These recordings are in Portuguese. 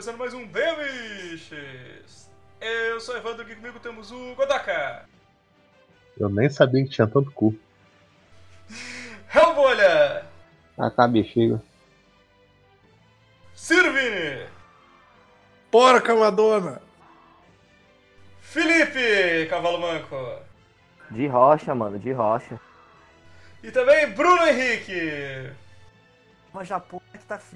começando mais um Bebiches. Eu sou o Evandro, aqui comigo temos o Godaka. Eu nem sabia que tinha tanto cu. Hellbolha. A bexiga. Sirvini. Porca, Madonna! Felipe, cavalo manco. De rocha, mano, de rocha. E também Bruno Henrique. Mas Japão que tá frio.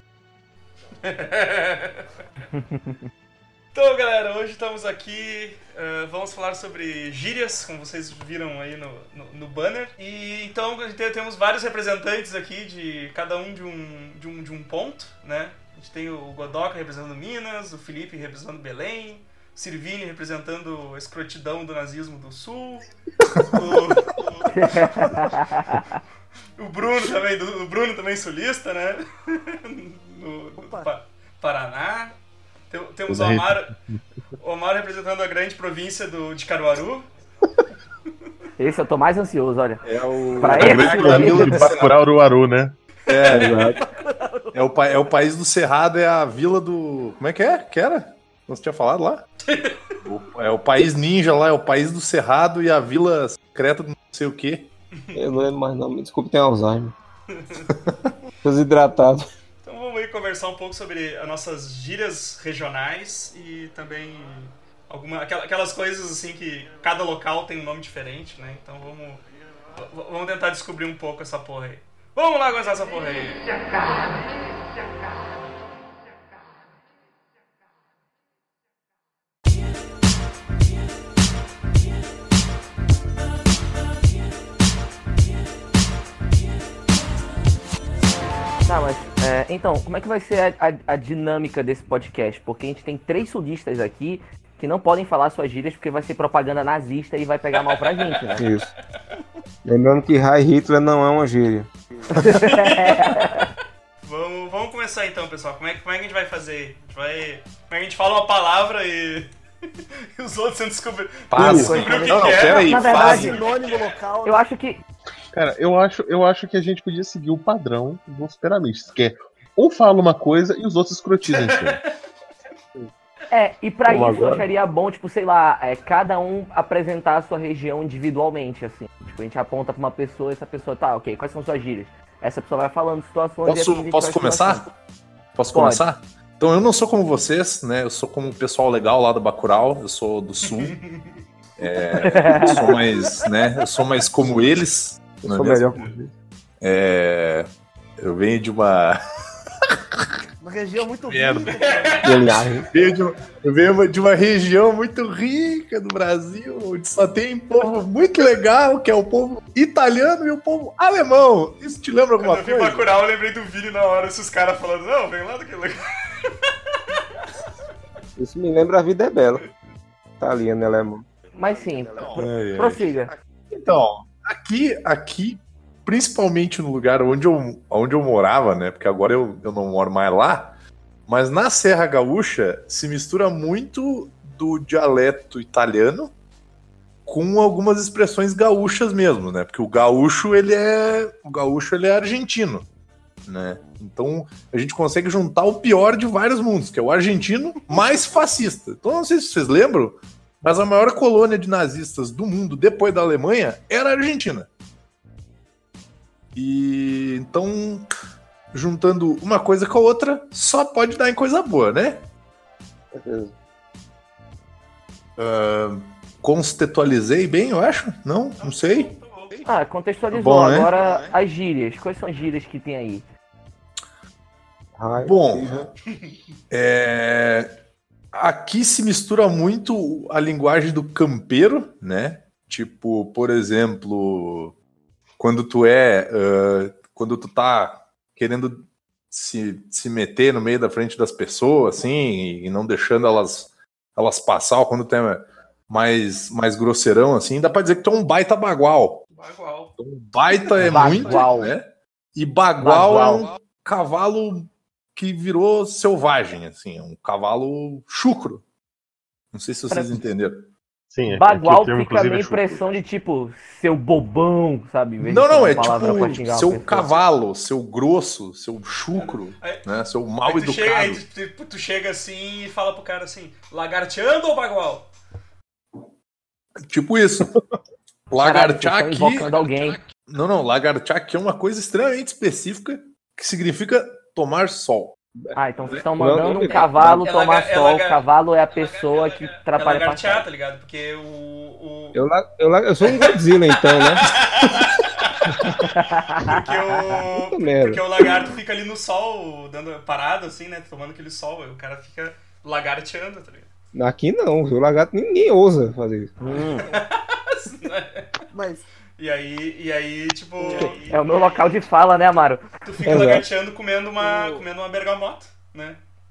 Então, galera, hoje estamos aqui, vamos falar sobre gírias, como vocês viram aí no banner. E então temos vários representantes aqui, de cada um de um ponto, né? A gente tem o Godoka representando Minas, o Felipe representando Belém, o Sirvini representando a escrotidão do nazismo do Sul, o Bruno também sulista, né? No Paraná. Temos o Amaro representando a grande província de Caruaru. Esse eu tô mais ansioso, olha. A grande província de Bacurau-Uruaru, né? É o país do Cerrado, é a vila do... Como é que é? Que era? Você tinha falado lá? É o país ninja lá, é o país do Cerrado e a vila secreta do não sei o quê. Eu não lembro mais não, me desculpe, tem Alzheimer. Tô desidratado. Então vamos aí conversar um pouco sobre as nossas gírias regionais e também aquelas coisas assim que cada local tem um nome diferente, né? Então vamos tentar descobrir um pouco essa porra aí. Vamos lá gostar dessa porra aí. Tá, mas então, como é que vai ser a dinâmica desse podcast? Porque a gente tem 3 sulistas aqui que não podem falar suas gírias porque vai ser propaganda nazista e vai pegar mal pra gente, né? Isso. Lembrando que Heil Hitler não é uma gíria. Vamos começar então, pessoal. Como é que a gente vai fazer? Como é que a gente fala uma palavra e os outros vão descobrir o que é? Peraí, Na verdade, Sinônimo local. eu acho que... Cara, eu acho que a gente podia seguir o padrão dos Superamistas, que é um fala uma coisa e os outros escrotizam em cima. E pra Como isso eu agora? acharia bom, tipo, sei lá, cada um apresentar a sua região individualmente, assim. Tipo, a gente aponta pra uma pessoa e essa pessoa, tá, ok, quais são suas gírias? Essa pessoa vai falando situações... e assim a gente Posso vai começar? conversando. Posso Pode. começar? Então, eu não sou como vocês, né? Eu sou como o pessoal legal lá do Bacurau, eu sou do Sul. Eu sou mais como eles. Eu não é sou mesmo? melhor. Eu venho de uma... Uma região muito Merda. rica. cara. Eu venho de uma região muito rica do Brasil, onde só tem povo muito legal, que é o povo italiano e o povo alemão. Isso te lembra alguma Quando eu vi coisa? Bacurau, eu lembrei do Vini na hora, esses caras falando, não, vem lá daquele lugar. Isso me lembra A Vida é Bela. Italiano e alemão. Mas sim, Ai. prossiga. Então, aqui, principalmente no lugar onde eu morava, né? Porque agora eu não moro mais lá, mas na Serra Gaúcha se mistura muito do dialeto italiano com algumas expressões gaúchas mesmo, né? Porque o gaúcho ele é argentino, né? Então a gente consegue juntar o pior de vários mundos, que é o argentino mais fascista. Então não sei se vocês lembram, mas a maior colônia de nazistas do mundo depois da Alemanha era a Argentina. E então, juntando uma coisa com a outra, só pode dar em coisa boa, né? Certeza. Contextualizei bem, eu acho? Não sei. Contextualizou. Bom, né? Agora as gírias. Quais são as gírias que tem aí? Heil Bom, Hitler. aqui se mistura muito a linguagem do campeiro, né? Tipo, por exemplo, quando tu tá querendo se meter no meio da frente das pessoas, assim, e não deixando elas passar, ou quando tu é mais grosseirão, assim, dá pra dizer que tu é um baita bagual. Bagual. Então, baita é Bagual. muito, né? E bagual é um cavalo que virou selvagem, assim, é um cavalo chucro. Não sei se vocês entenderam. Sim, aqui Bagual o termo, fica inclusive, meio é chucro. impressão de tipo, seu bobão, sabe? Em vez de Não, ser não, uma é palavra pra tipo xingar uma seu pessoa. cavalo, seu grosso, seu chucro, Aí- né? Seu Aí mal tu chega, aí educado. tu chega assim e fala pro cara assim, lagarteando ou bagual? Tipo isso. Caralho, vocês Lagartear estão aqui. invocando alguém. Não, lagartear aqui é uma coisa extremamente específica que significa tomar sol. Ah, então vocês estão Não, mandando não, um cavalo é tomar lagar- é sol. lagar- O cavalo é a pessoa que É atrapalha a lagartear, tá passagem. ligado? Porque o... Eu sou um Godzilla, então, né? Puta merda. Porque o lagarto fica ali no sol, dando parado assim, né? Tomando aquele sol, aí o cara fica lagarteando, tá ligado? Aqui não, o lagarto ninguém ousa fazer isso. Mas E aí, tipo, É o meu local de fala, né, Amaro? tu fica Exato. lagarteando comendo uma bergamota, né?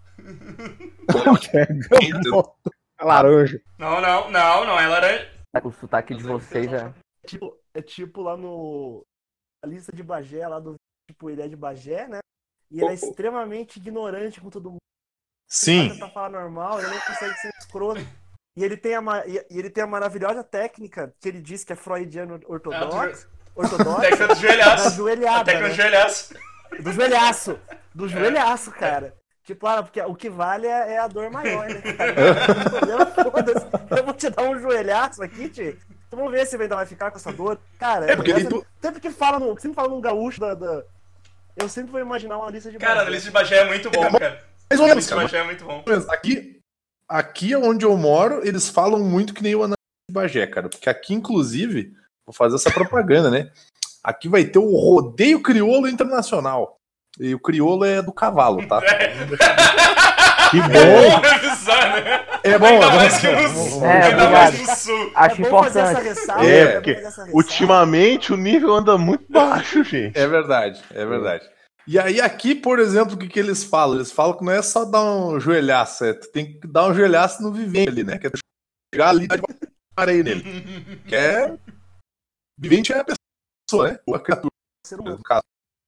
Laranja. Não é laranja. O sotaque de vocês é. é tipo lá no. A lista de Bagé, lá do. Tipo, ele é de Bagé, né? E ele é extremamente ignorante com todo mundo. Ele vai Sim. tentar falar normal, ele não consegue ser escroto. E ele tem a maravilhosa técnica que ele diz que é freudiano ortodoxo. Técnica do joelhaço. Da A joelhada. técnica Né? do joelhaço. Do joelhaço. Do joelhaço, cara. Tipo, porque o que vale é a dor maior, né, cara? O problema, foda-se. Eu vou te dar um joelhaço aqui, tio. Vamos ver se ele ainda vai ficar com essa dor. Cara, É porque ele- sempre que sempre fala num gaúcho eu sempre vou imaginar uma lista de Cara, a Bagé. lista de Bagé é muito bom, cara. Mais ou A menos, lista de cara. Bagé é muito bom. Aqui onde eu moro, eles falam muito que nem o Ananias de Bagé, cara. Porque aqui, inclusive, vou fazer essa propaganda, né? Aqui vai ter o Rodeio Crioulo Internacional. E o crioulo é do cavalo, tá? Que É bom! bom avisar, né? É bom, Ainda é mais que bom. no sul. É, Ainda mais obrigado. no sul. Acho É bom fazer essa importante. ressalva. É, bom porque fazer essa ressalva. ultimamente o nível anda muito baixo, gente. É verdade, é verdade. E aí aqui, por exemplo, o que eles falam? Eles falam que não é só dar um joelhaço, tu tem que dar um joelhaço no vivente ali, né? Que é chegar ali e dar de areia nele. Que é... Vivente é a pessoa, né? Ou a criatura, Ser humano. no caso.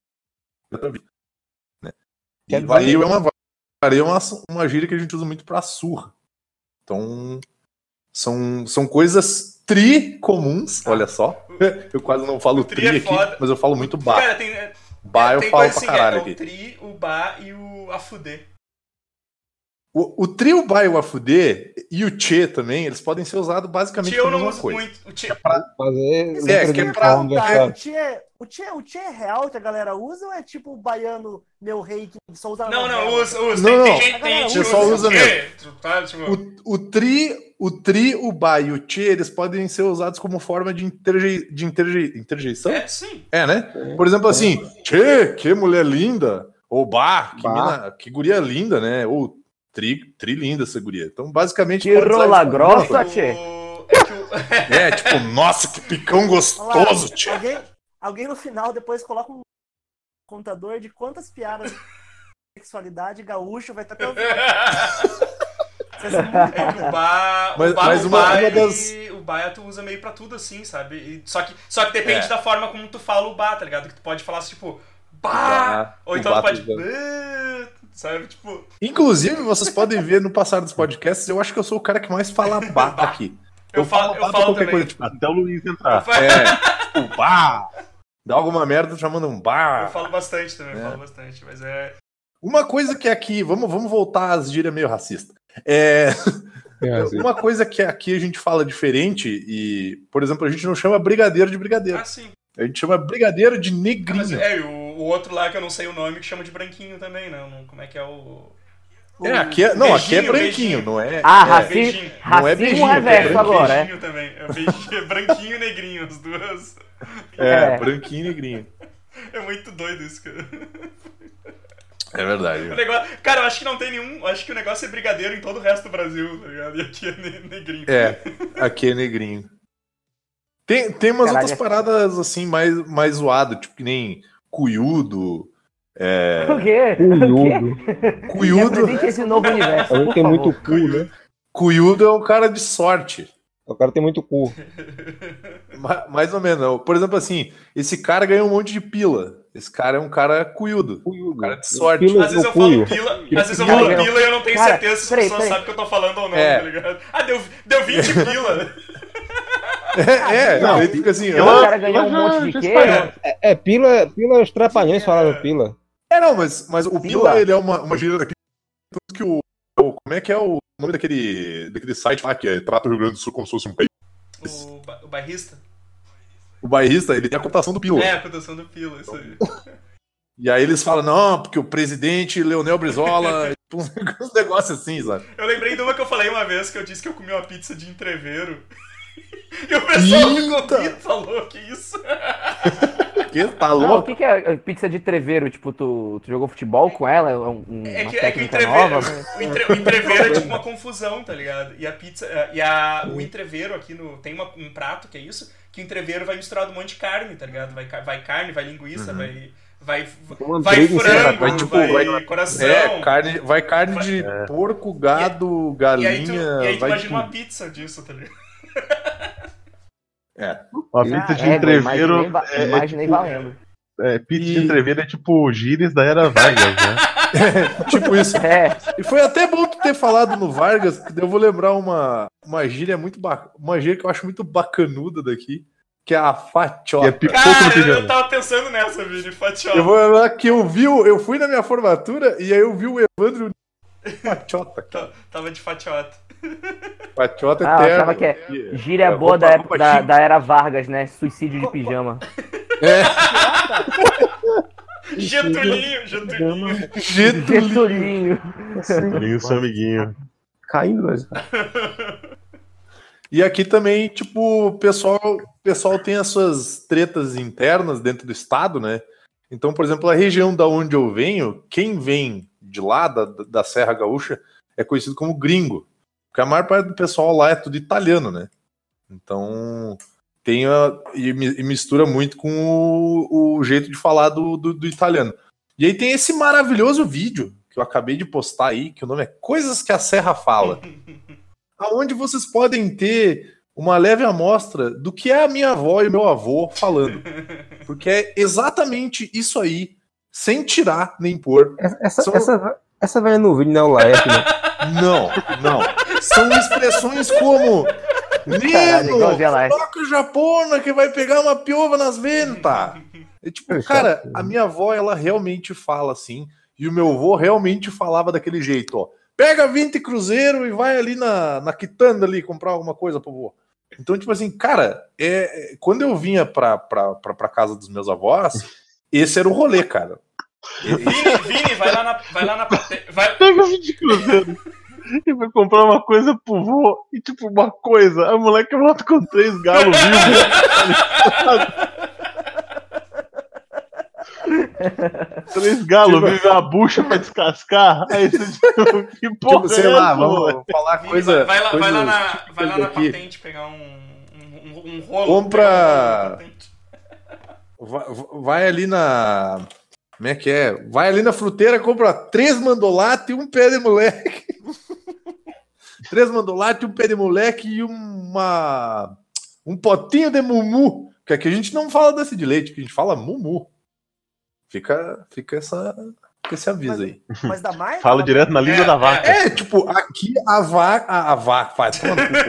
Né? E Quer dizer- vareio é uma gíria que a gente usa muito pra surra. Então, são coisas tri-comuns, olha só. Eu quase não falo O tri tri é aqui, foda. mas eu falo muito ba. Cara, tem Ba eu tem falo coisa pra assim, caralho é aqui. o tri, o ba e o afudê. O tri, o ba e o afudê e o tchê também, eles podem ser usados basicamente Tio eu pra não mesma uso coisa. muito. O tio... Fazer Isso letra que é de pra- forma Tá, versátil. o tchê é real que a galera usa ou é tipo o baiano, meu rei, que só usa na Não, novela? usa. Não, Tem não. gente tem gente Você que só usa tchê, tá? Tipo, O tri, o ba e o tchê, eles podem ser usados como forma de interjeição? sim. É, né? Por exemplo, assim, tchê, que mulher linda. Ou bah, Bah. que guria linda, né? Ou tri linda essa guria. Então, basicamente... Que pode usar rola isso pra grossa, mesma coisa. tchê. É que o... É, tipo, nossa, que picão Olha lá, gostoso, tchê. alguém no final depois coloca um contador de quantas piadas de sexualidade gaúcho vai estar até o final. Vai ser muito É que bom, o ba, Mas- o ba, mas o uma ba, das- o ba tu usa meio pra tudo assim, sabe? Só que depende É. da forma como tu fala o ba, tá ligado? Que tu pode falar assim, tipo, ba, Bah, ou o então tu ba pode, tu usa. "Bã", sabe? Tipo, Inclusive, vocês podem ver no passar dos podcasts, eu acho que eu sou o cara que mais fala bah aqui. eu falo bah pra também. qualquer coisa, tipo, Até o Luiz Eu entrar. falo, tipo, bah. Dá alguma merda, tu já manda um eu bah. falo bastante também, eu É. falo bastante, mas é... Uma coisa que aqui, vamos voltar às gírias meio racista. É, uma coisa que aqui a gente fala diferente e, por exemplo, a gente não chama brigadeiro de brigadeiro. Ah, sim. A gente chama brigadeiro de Mas negrinho. é, e o outro lá que eu não sei o nome, que chama de branquinho também, né? Como é que é o... Aqui é, não, aqui é Beijinho, branquinho, beijinho. não é? Ah, é, racismo, beijinho. Não é racismo beijinho, reverso é agora, é? Beijinho também. É beijinho, branquinho e negrinho, as duas. É. branquinho e negrinho. É muito doido isso, cara. É verdade. O negócio, cara, eu acho que não tem nenhum. Acho que o negócio é brigadeiro em todo o resto do Brasil, tá ligado? E aqui é negrinho. É, aqui é negrinho. Tem umas Caralho, outras é- paradas assim, mais zoado, tipo que nem cuiudo. O quê? Cunhudo. Cuiudo, Apresente esse novo universo, Alguém por tem favor. muito cu, né? cuiudo é um cara de sorte. O cara tem muito cu. Mais ou menos. Por exemplo, assim, esse cara ganhou um monte de pila. Esse cara é um cara cuiudo. Um cara de sorte. Pila Às vezes eu no punho. falo pila, às vezes eu falo Cara, pila e eu não tenho cara, certeza se as peraí, pessoas peraí. sabem que eu tô falando ou não, É. tá ligado? Ah, deu 20 pila. Ele fica assim. O cara ganhou um monte de quê? Pila é os trapalhões falavam pila. Não, mas o Pila. Pila, ele é uma gíria daqui. Tanto que como é que é o nome daquele site lá que trata o Rio Grande do Sul como se fosse um país? O bairrista? O bairrista, ele tem a cotação do Pila. É, a cotação do pila, isso aí. E aí eles falam, não, porque o presidente Leonel Brizola, tipo, uns negócios assim, sabe? Eu lembrei de uma que eu falei uma vez, que eu disse que eu comi uma pizza de entreveiro. E o pessoal ficou rindo, falou, que isso? Que tá Não, o louco? que é pizza de treveiro? Tipo, tu jogou futebol com ela? É uma que o técnica entreveiro, nova? o entreveiro é tipo uma confusão, tá ligado? E a pizza, o entreveiro aqui tem um prato que é isso, que o entreveiro vai misturado um monte de carne, tá ligado? Vai carne, vai linguiça, vai frango, vai coração. Vai carne de porco, gado, E aí galinha. tu vai imagina tudo. uma pizza disso, tá ligado? Uma pizza de Égua, entreveiro. imaginei valendo. Pizza de entreveiro é tipo gírias da era Vargas, né? Tipo isso. É, E foi até bom tu ter falado no Vargas, que daí eu vou lembrar uma gíria muito uma gíria que eu acho muito bacanuda daqui, que é a Que é fatiota. pipoco no Cara, eu pijama. tava pensando nessa, Vini, fatiota. Eu vou lembrar que eu fui na minha formatura e aí eu vi o Evandro fatiota. Tava de fatiota. Fatiota eu eterno. achava que é gíria boa da época da era Vargas, né? Suicídio de pijama. Getulinho. Getulinho. Lindo seu amiguinho. Caindo, mas... E aqui também, tipo, o pessoal tem as suas tretas internas dentro do estado, né? Então, por exemplo, a região da onde eu venho, quem vem de lá, da Serra Gaúcha, é conhecido como gringo. Porque a maior parte do pessoal lá é tudo italiano, né? Então, e mistura muito com o jeito de falar do italiano. E aí tem esse maravilhoso vídeo que eu acabei de postar aí, que o nome é Coisas que a Serra Fala. Aonde vocês podem ter uma leve amostra do que é a minha avó e o meu avô falando. Porque é exatamente isso aí, sem tirar nem pôr. Essa velha no vídeo não é o Laerte, né? Não. São expressões como Caralho, igualzinho a Laerte. coloca o japona que vai pegar uma piova nas ventas. É tipo, cara, a minha avó, ela realmente fala assim, e o meu avô realmente falava daquele jeito, ó. Pega 20 cruzeiro e vai ali na quitanda ali comprar alguma coisa pro vô. Então, tipo assim, cara, quando eu vinha pra casa dos meus avós, esse era o rolê, cara. Vini, vai lá na Pega 20 cruzeiros e vai comprar uma coisa pro vô. E tipo, uma coisa. A moleque volta com 3 galos vivos. 3 galos vivem a bucha pra descascar. Aí você tipo, que porra Tipo, sei é lá, essa, vamos moleque? falar Vini, coisa. vai lá na aqui. patente pegar um rolo. Compra- pegar um patente. Vai ali na. Como é que é? Vai ali na fruteira, compra 3 mandolates e um pé de moleque. 3 mandolates, um pé de moleque e um potinho de mumu. Que aqui a gente não fala doce de leite, que a gente fala mumu. Fica esse aviso aí. Mas dá mais? Fala direto na língua da vaca. É, tipo, aqui a vaca faz.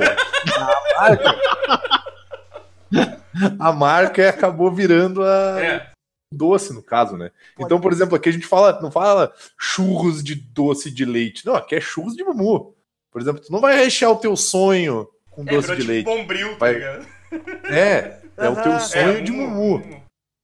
A marca acabou virando a doce, no caso, né? Então, por exemplo, aqui a gente não fala churros de doce de leite. Não, aqui é churros de mumu. Por exemplo, tu não vai rechear o teu sonho com doce Virou de tipo leite. Bombril, tá Vai- ligado? É o teu sonho de mumu.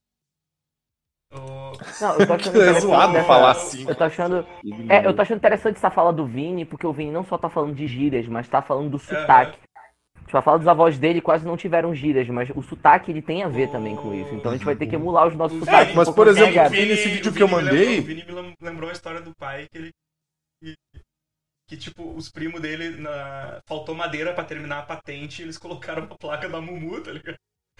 Não, eu tô achando É zoado falar assim. Eu tô achando interessante essa fala do Vini, porque o Vini não só tá falando de gírias, mas tá falando do sotaque. Tipo, a fala dos avós dele quase não tiveram gírias, mas o sotaque ele tem a ver também com isso. Então a gente vai ter que emular os nossos sotaques. mas, um pouco por exemplo, mais Vini, esse vídeo que eu mandei- O Vini me lembrou a história do pai que tipo, os primos dele faltou madeira pra terminar a patente e eles colocaram a placa da Mumu, tá ligado?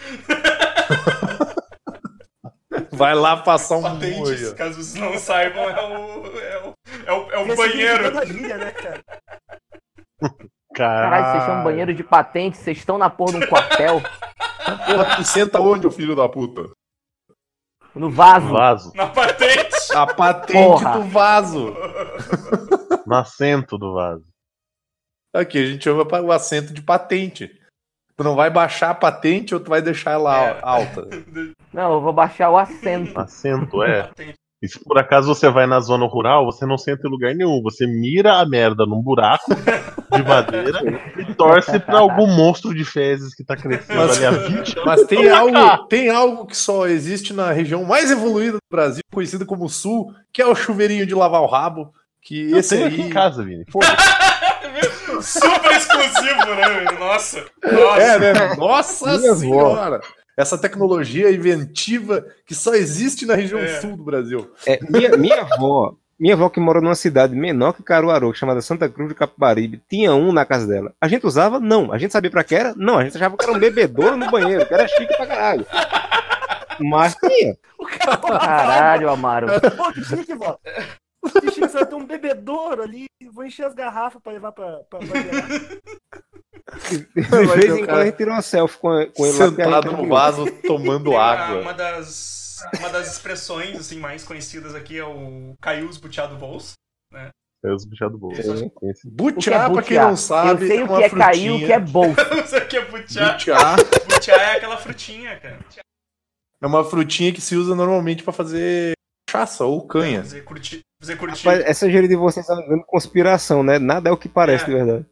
Vai lá passar um Patente, mumu aí, ó. caso vocês não saibam, é o Esse banheiro. vídeo toda gíria, né, cara? Caralho, vocês chamam banheiro de patente, vocês estão na porra de um quartel. Porra, tu senta onde, ô filho da puta? No vaso. Vaso. Na patente. A patente Porra. do vaso. No assento do vaso. Aqui a gente chama o assento de patente. Tu não vai baixar a patente ou tu vai deixar ela alta? Não, eu vou baixar o assento. Assento, é. Patente. E se por acaso você vai na zona rural, você não senta em lugar nenhum. Você mira a merda num buraco de madeira e torce pra algum monstro de fezes que tá crescendo ali há 20 anos. Mas tem algo que só existe na região mais evoluída do Brasil, conhecida como Sul, que é o chuveirinho de lavar o rabo. Que Eu esse tenho aqui aí. em casa, Vini. Foda-se. Super exclusivo, né, velho? Nossa. É, né? Nossa Minha avó. senhora! Essa tecnologia inventiva que só existe na região sul do Brasil. Minha avó que mora numa cidade menor que Caruaru, chamada Santa Cruz de Capibaribe, tinha um na casa dela. A gente usava? Não. A gente sabia pra que era? Não. A gente achava que era um bebedouro no banheiro, que era chique pra caralho. Mas tinha. O cara Caralho, Amaro. Pô, que chique, vó. Que chique, você vai ter um bebedouro ali. Vou encher as garrafas pra levar pra gerar. De vez em quando a gente tirou uma selfie com ele lá. porque a Sentado gente no vaso tomando Tem água. uma das expressões assim, mais conhecidas aqui é o caiu os butiá do bolso. É os bichos do bolso. Sim, conheci. O que é Butiá, pra quem butiá? não sabe, Eu sei o uma que é cair e o que é bolso. Não sei o que é butiá. Butiá Butiá é aquela frutinha, cara. é uma frutinha que se usa normalmente pra fazer cachaça ou canha. Fazer curtir. Rapaz, essa gíria de vocês tá vendo conspiração, né? Nada é o que parece É. de verdade.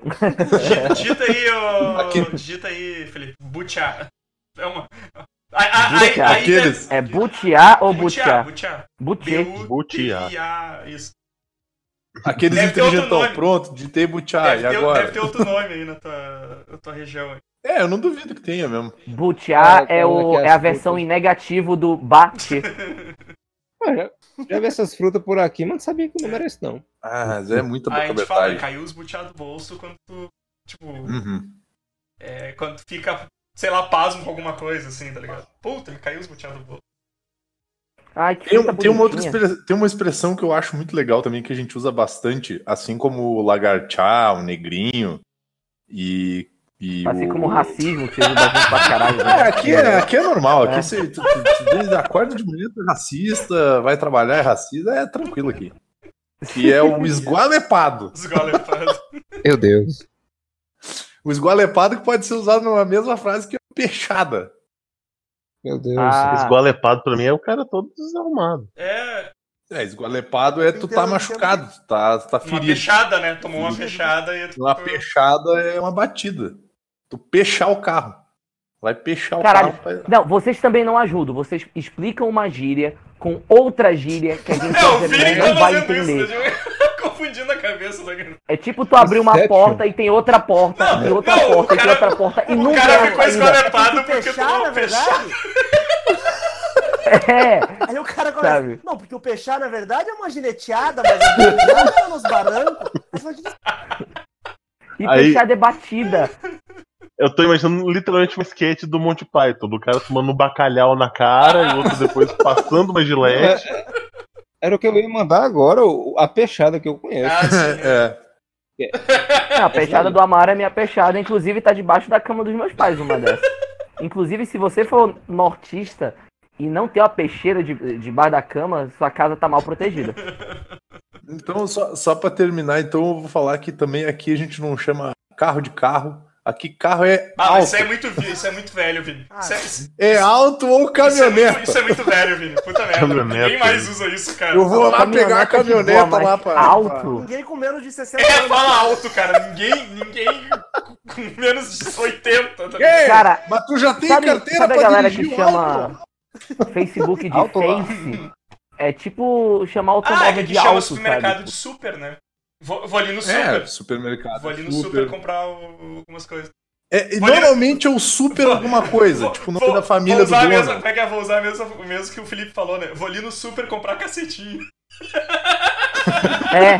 Digita aí, Felipe. Butiá. É uma. Butiá. Aqueles. É butiá ou butiá? Butiá. Butiá. Butiá. Isso. Aqueles Deve ter outro inteligentão, nome. pronto, ditei butiá, e agora? Deve ter outro nome aí na tua região. Aí. É, eu não duvido que tenha mesmo. Butiá É, é a versão em negativo do bate. Já vi essas frutas por aqui, mas não sabia que não era esse, não. Ah, mas é muita Aí a boca gente fala, metade. caiu os butiá do bolso quando tu, tipo, Uhum. quando tu fica, sei lá, pasmo com alguma coisa, assim, tá ligado? Puta, me caiu os butiá do bolso. Ai, que Tem, fruta tem uma outra bonitinha. tem uma expressão que eu acho muito legal também, que a gente usa bastante, assim como o lagartá, o negrinho e Assim o... como o racismo, que vocês usam bastante pra caralho. É, Né? aqui é normal. Aqui você desde acorda de manhã é racista, vai trabalhar é racista, é tranquilo aqui. Que é o esgualepado. Esgolepado. Meu Deus. O esgualepado que pode ser usado numa mesma frase que a peixada. Meu Deus. Ah, Esgualepado pra mim é o cara todo desarrumado. É, É, esgualepado é tu tá machucado, tu tá uma ferido. fechada, né? Tomou uma fechada e tu... Uma peixada é uma batida. Tu peixar o carro. Vai peixar o Caralho. carro. Não, vocês também não ajudam. Vocês explicam uma gíria com outra gíria que a gente O Vini que tá não vai fazendo isso, entender. né? Confundindo a cabeça, né, cara? É tipo tu abrir uma Inception. porta e tem outra porta, e outra não, porta, o e tem cara- outra porta, e O nunca cara é ficou ainda. esgolepado porque tu Fechar, na não fechar. verdade. É, Aí o cara começa. Sabe? Não, porque o peixar, na verdade, é uma gileteada, mas a gileteada é nos barrancos. Aí você fala, e Aí- fechar debatida. Eu tô imaginando literalmente um sketch do Monty Python, do cara tomando um bacalhau na cara e o outro depois passando uma gilete. Era o que eu ia mandar agora, a peixada que eu conheço. Ah, sim. É. Não, a peixada do Amaro é minha peixada, inclusive tá debaixo da cama dos meus pais, uma dessas. Inclusive, se você for nortista e não ter uma peixeira debaixo da cama, sua casa tá mal protegida. Então, só pra terminar, então eu vou falar que também aqui a gente não chama carro de carro. Aqui carro é Ah, mas alto. isso é muito velho, Vini. É alto ou caminhoneta. Isso é muito velho, Vini. Puta merda. Caminhoneta. Ninguém mais usa isso, cara. Eu vou lá Caminhoneta pegar a de boa, caminhoneta mas lá pra... alto. ninguém com menos de 60 É, anos. fala alto, cara. Ninguém com menos de 80. Tá ligado? Ei, Cara, mas tu já tem sabe carteira a pra galera dirigir que o chama alto? Facebook de Alto lá. Face? É tipo chamar Ah, é automóvel que de chama alto, supermercado sabe? de super, né? Vou ali no super. É, supermercado. Vou ali no super comprar algumas coisas. É, e Vou ali- normalmente é o super alguma coisa, tipo o nome da família do vou usar dono. vou usar mesmo que o Felipe falou, né? Vou ali no super comprar cacetinho. É,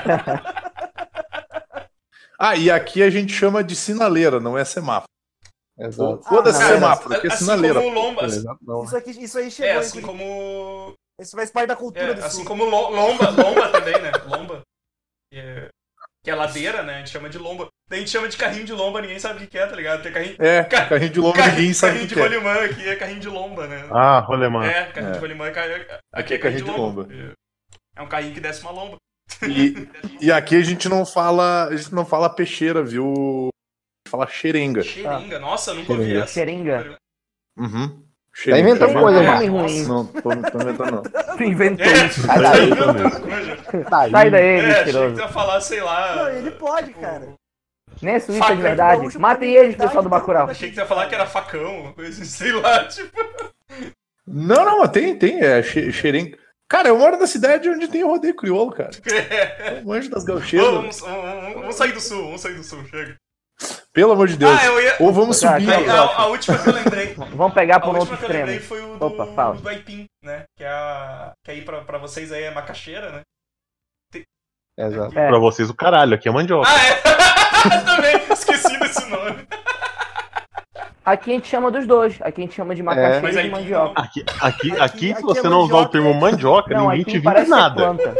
Ah, e aqui a gente chama de sinaleira, não é semáforo. Exato. Foda-se Ah, semáforo, aqui é assim sinaleira. como lomba. Exato, não. Isso aí chegou, assim inclusive. como. Isso faz parte da cultura do Assim sul. como lomba também, né? Lomba. Que é ladeira, né? A gente chama de lomba. Daí a gente chama de carrinho de lomba, ninguém sabe o que é, tá ligado? Tem carrinho... Carrinho de lomba, ninguém sabe Carrinho o de que é. rolimã aqui é carrinho de lomba, né? Ah, rolemã. Carrinho de rolimã Aqui é carrinho de lomba. É um carrinho que desce uma lomba. E aqui a gente não fala peixeira, viu? A gente fala xerenga. Xeringa, nossa, eu nunca ouvi essa. Xeringa. Uhum. Tá inventando Tem coisa, nome mano. ruim. Não, tô inventando não. Tu inventou É. isso. Sai daí. Sai daí, Achei que mentiroso. tu ia falar, sei lá... Não, ele pode, cara. Nem é suíça Facão. de verdade. Gaúcho Matem pode eles, pessoal do inventar, Bacurau. então, Achei que tu ia falar que era facão, coisa assim, sei lá, tipo... Não, tem. É xerenga. Cara, eu moro na cidade onde tem o rodeio crioulo, cara. Eu manjo das gaucheiras. Vamos sair do sul, chega. Pelo amor de Deus. Eu ia... Ou vamos Tá, subir. tá. A última que eu lembrei... Vamos pegar A por um outro última que eu extremo. lembrei foi o do, Opa, fala. do aipim, né? Que aí pra vocês aí é macaxeira, né? Exato. É. Pra vocês o caralho, aqui é mandioca. Também esqueci desse nome. Aqui a gente chama dos dois. Aqui a gente chama de macaxeira Mas e de aipim mandioca. Aqui, se aqui você é não usar o mandioca. termo mandioca, Não, ninguém te aipim vira parece ser nada. planta.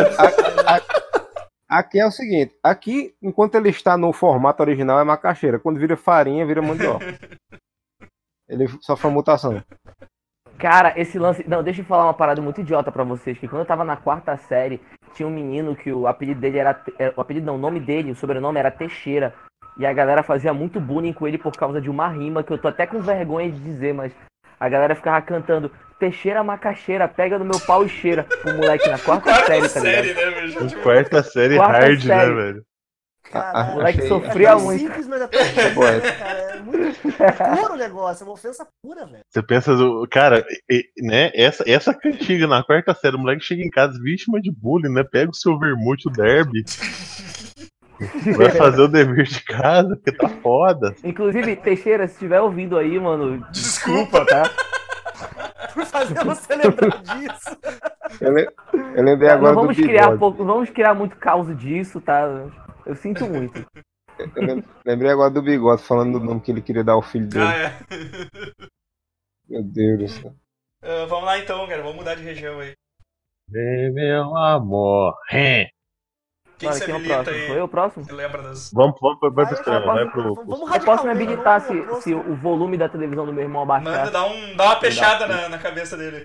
Aqui é o seguinte, aqui, enquanto ele está no formato original, é macaxeira. Quando vira farinha, vira mandioca. Ele sofre uma mutação. Cara, esse lance... Não, deixa eu falar uma parada muito idiota pra vocês. Que quando eu tava na 4ª série, tinha um menino que o apelido dele era... O apelido não, o nome dele, o sobrenome era Teixeira. E a galera fazia muito bullying com ele por causa de uma rima que eu tô até com vergonha de dizer, mas... A galera ficava cantando Teixeira macaxeira, pega no meu pau e cheira. O moleque na 4ª série, tá ligado? né, meu gente? Quarta série Quarta hard, série. né, velho? Caralho. O moleque Achei- sofria É muito. simples, mas é tão Poeta. cara. É muito puro o negócio, é uma ofensa pura, velho. Você pensa, cara, né? Essa cantiga na 4ª série, o moleque chega em casa vítima de bullying, né? Pega o seu vermute, o derby. Vai fazer o dever de casa, porque tá foda. Inclusive, Teixeira, se estiver ouvindo aí, mano, Desculpa. tá? Por fazer você lembrar disso. Eu lembrei agora Não vamos do criar bigode. não vamos criar muito caos disso, tá? Eu sinto muito. Lembrei agora do bigode, falando do nome que ele queria dar ao filho dele. É. Meu Deus do céu. Vamos lá então, cara. Vamos mudar de região aí. Meu amor. Quem Olha, se quem é o habilita próximo? aí? Sou eu o próximo? Você lembra das... Vai pro Vai, extremo, vai, vai pro. Vamos Eu posso me radicalmente, habilitar vamos pro se o volume da televisão do meu irmão Manda, abaixar. dá uma peixada na cabeça dele.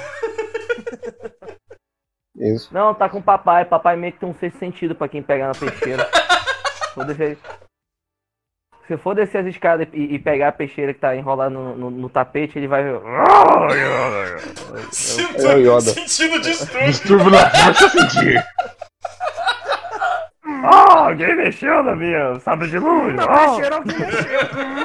Isso. Não, tá com o papai. Papai meio que tem um sexto sentido pra quem pega na peixeira. Se for descer as escadas e pegar a peixeira que tá enrolada no tapete, ele vai... É o Yoda. Sentindo distúrbio. Distúrbio na força sentir. Ah, alguém mexeu na minha sabre de luz? Peixeira, alguém mexeu.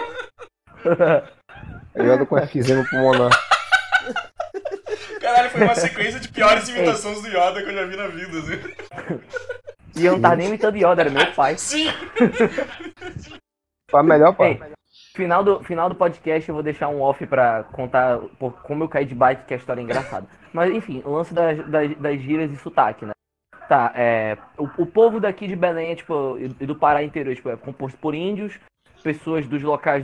Eu ando com efizema pulmonar. Caralho, foi uma sequência de piores imitações do Yoda que eu já vi na vida, assim. E eu não tava nem imitando Yoda, era meu pai. Sim! Foi a melhor parte. Ei, final do podcast eu vou deixar um off pra contar como eu caí de bike, que a história é engraçada. Mas enfim, o lance das gírias e sotaque, né? Tá, o povo daqui de Belém, tipo, e do Pará interior, tipo, é composto por índios, pessoas dos locais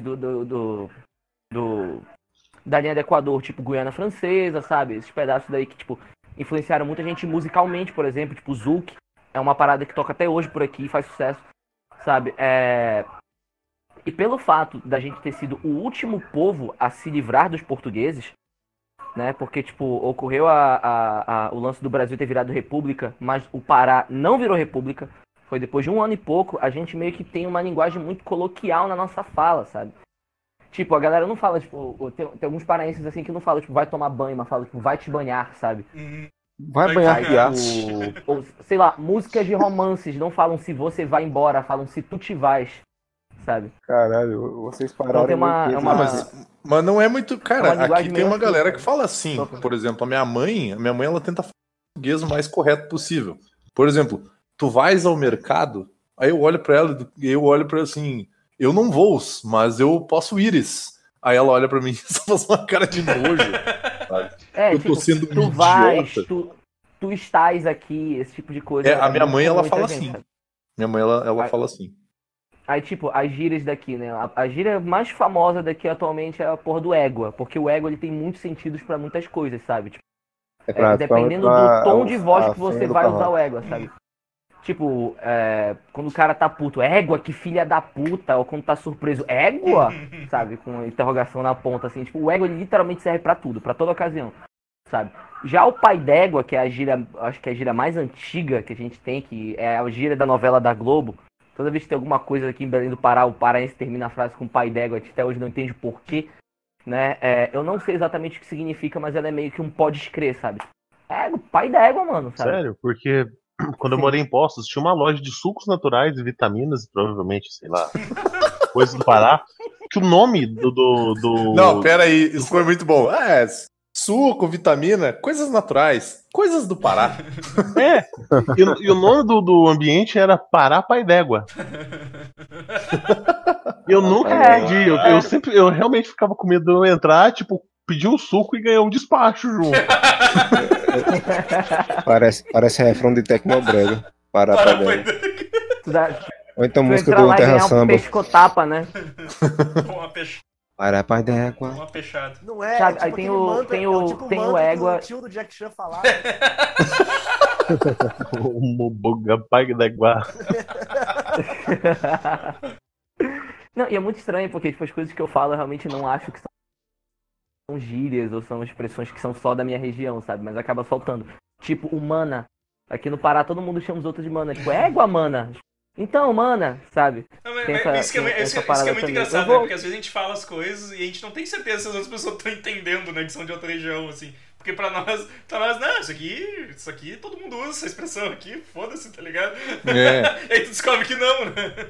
da linha do Equador, tipo Guiana Francesa, sabe? Esses pedaços daí que, tipo, influenciaram muita gente musicalmente, por exemplo, tipo Zouk, é uma parada que toca até hoje por aqui e faz sucesso, sabe? E pelo fato da gente ter sido o último povo a se livrar dos portugueses, né? Porque, tipo, ocorreu o lance do Brasil ter virado república, mas o Pará não virou república. Foi depois de 1 ano e pouco, a gente meio que tem uma linguagem muito coloquial na nossa fala, sabe? Tipo, a galera não fala, tipo, tem alguns paraenses assim que não falam, tipo, vai tomar banho, mas fala, tipo, vai te banhar, sabe? Vai banhar piar. Ou, sei lá, músicas de romances não falam se você vai embora, falam se tu te vais, sabe? Caralho, vocês pararam. Então tem uma- muito, é uma- mas- Mas não é muito. É uma Cara, linguagem aqui tem meio uma assim, galera né? que fala assim. Por exemplo, a minha mãe ela tenta falar o português o mais correto possível. Por exemplo, tu vais ao mercado, aí eu olho pra ela assim, eu não vou, mas eu posso ires. Aí ela olha pra mim e só faz uma cara de nojo. Sabe? Eu tô sendo um tu vais, idiota. tu estás aqui, esse tipo de coisa. A minha muito mãe, ela comum fala entre a gente, assim. sabe? Minha mãe, ela Aí- fala assim. Aí, tipo, as gírias daqui, né? A gíria mais famosa daqui atualmente é a porra do égua, porque o égua ele tem muitos sentidos pra muitas coisas, sabe? Tipo, dependendo do tom de voz que você vai usar o égua, sabe? Tipo, quando o cara tá puto, égua, que filha da puta, ou quando tá surpreso, égua, sabe, com interrogação na ponta, assim, tipo, o égua ele literalmente serve pra tudo, pra toda ocasião, sabe. Já o pai d'égua, que é a gíria, acho que é a gíria mais antiga que a gente tem, que é a gíria da novela da Globo, toda vez que tem alguma coisa aqui em Belém do Pará, o paraense termina a frase com pai d'égua, a gente até hoje não entende o porquê, né, eu não sei exatamente o que significa, mas ela é meio que um pode crer, sabe. Égua, pai d'égua, mano, sabe. Sério, porque quando eu morei em Poços, tinha uma loja de sucos naturais e vitaminas, provavelmente, sei lá, coisas do Pará, que o nome do... Não, pera aí, isso foi muito bom. Suco, vitamina, coisas naturais, coisas do Pará. E o nome do ambiente era Pará Pai d'Égua. Eu nunca entendi, eu realmente ficava com medo de eu entrar, tipo, pedir um suco e ganhar um despacho junto. Parece refrão de Tecnobrega. Pará Pai d'Égua. Ou então música do Terra Samba. Um pescotapa, né? Uma peixada. Pará Pai d'Égua. Uma peixada. Não é, Sabe, tipo aí tem aquele o- manto, tem é o- tipo tem o manto que égua. o tio do Jack Chan falava. O Mobuga Pai d'Égua. Não, e é muito estranho, porque tipo, as coisas que eu falo eu realmente não acho que são gírias ou são expressões que são só da minha região, sabe? Mas acaba soltando. Tipo, o mana. Aqui no Pará todo mundo chama os outros de mana. Tipo, égua, mana. Então, mana, sabe? Não, mas, Tem mas essa- isso que é, tem isso essa que é parada muito também. engraçado, Eu vou- né? Porque às vezes a gente fala as coisas e a gente não tem certeza se as outras pessoas estão entendendo, né? Que são de outra região, assim. Porque pra nós, não, isso aqui todo mundo usa essa expressão aqui, foda-se, tá ligado? E aí tu descobre que não, né?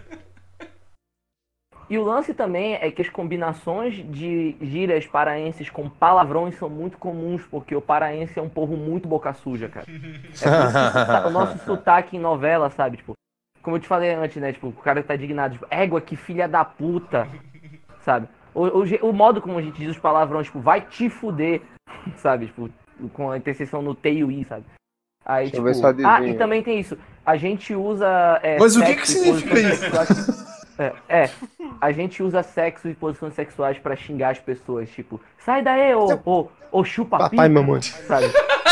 E o lance também é que as combinações de gírias paraenses com palavrões são muito comuns, porque o paraense é um povo muito boca suja, cara. É por isso que o nosso sotaque em novela, sabe? Tipo, como eu te falei antes, né? Tipo, o cara tá indignado, tipo, égua, que filha da puta, sabe? O modo como a gente diz os palavrões, tipo, vai te fuder, sabe? Tipo, com a interseção no T e o I, sabe? Aí, Deixa eu ver tipo, se eu adivinho. e também tem isso. A gente usa. Mas o que sexo e significa posições isso? sexuais- a gente usa sexo e posições sexuais pra xingar as pessoas, tipo, sai daí, ô chupa Papai e pica, mamãe. sabe?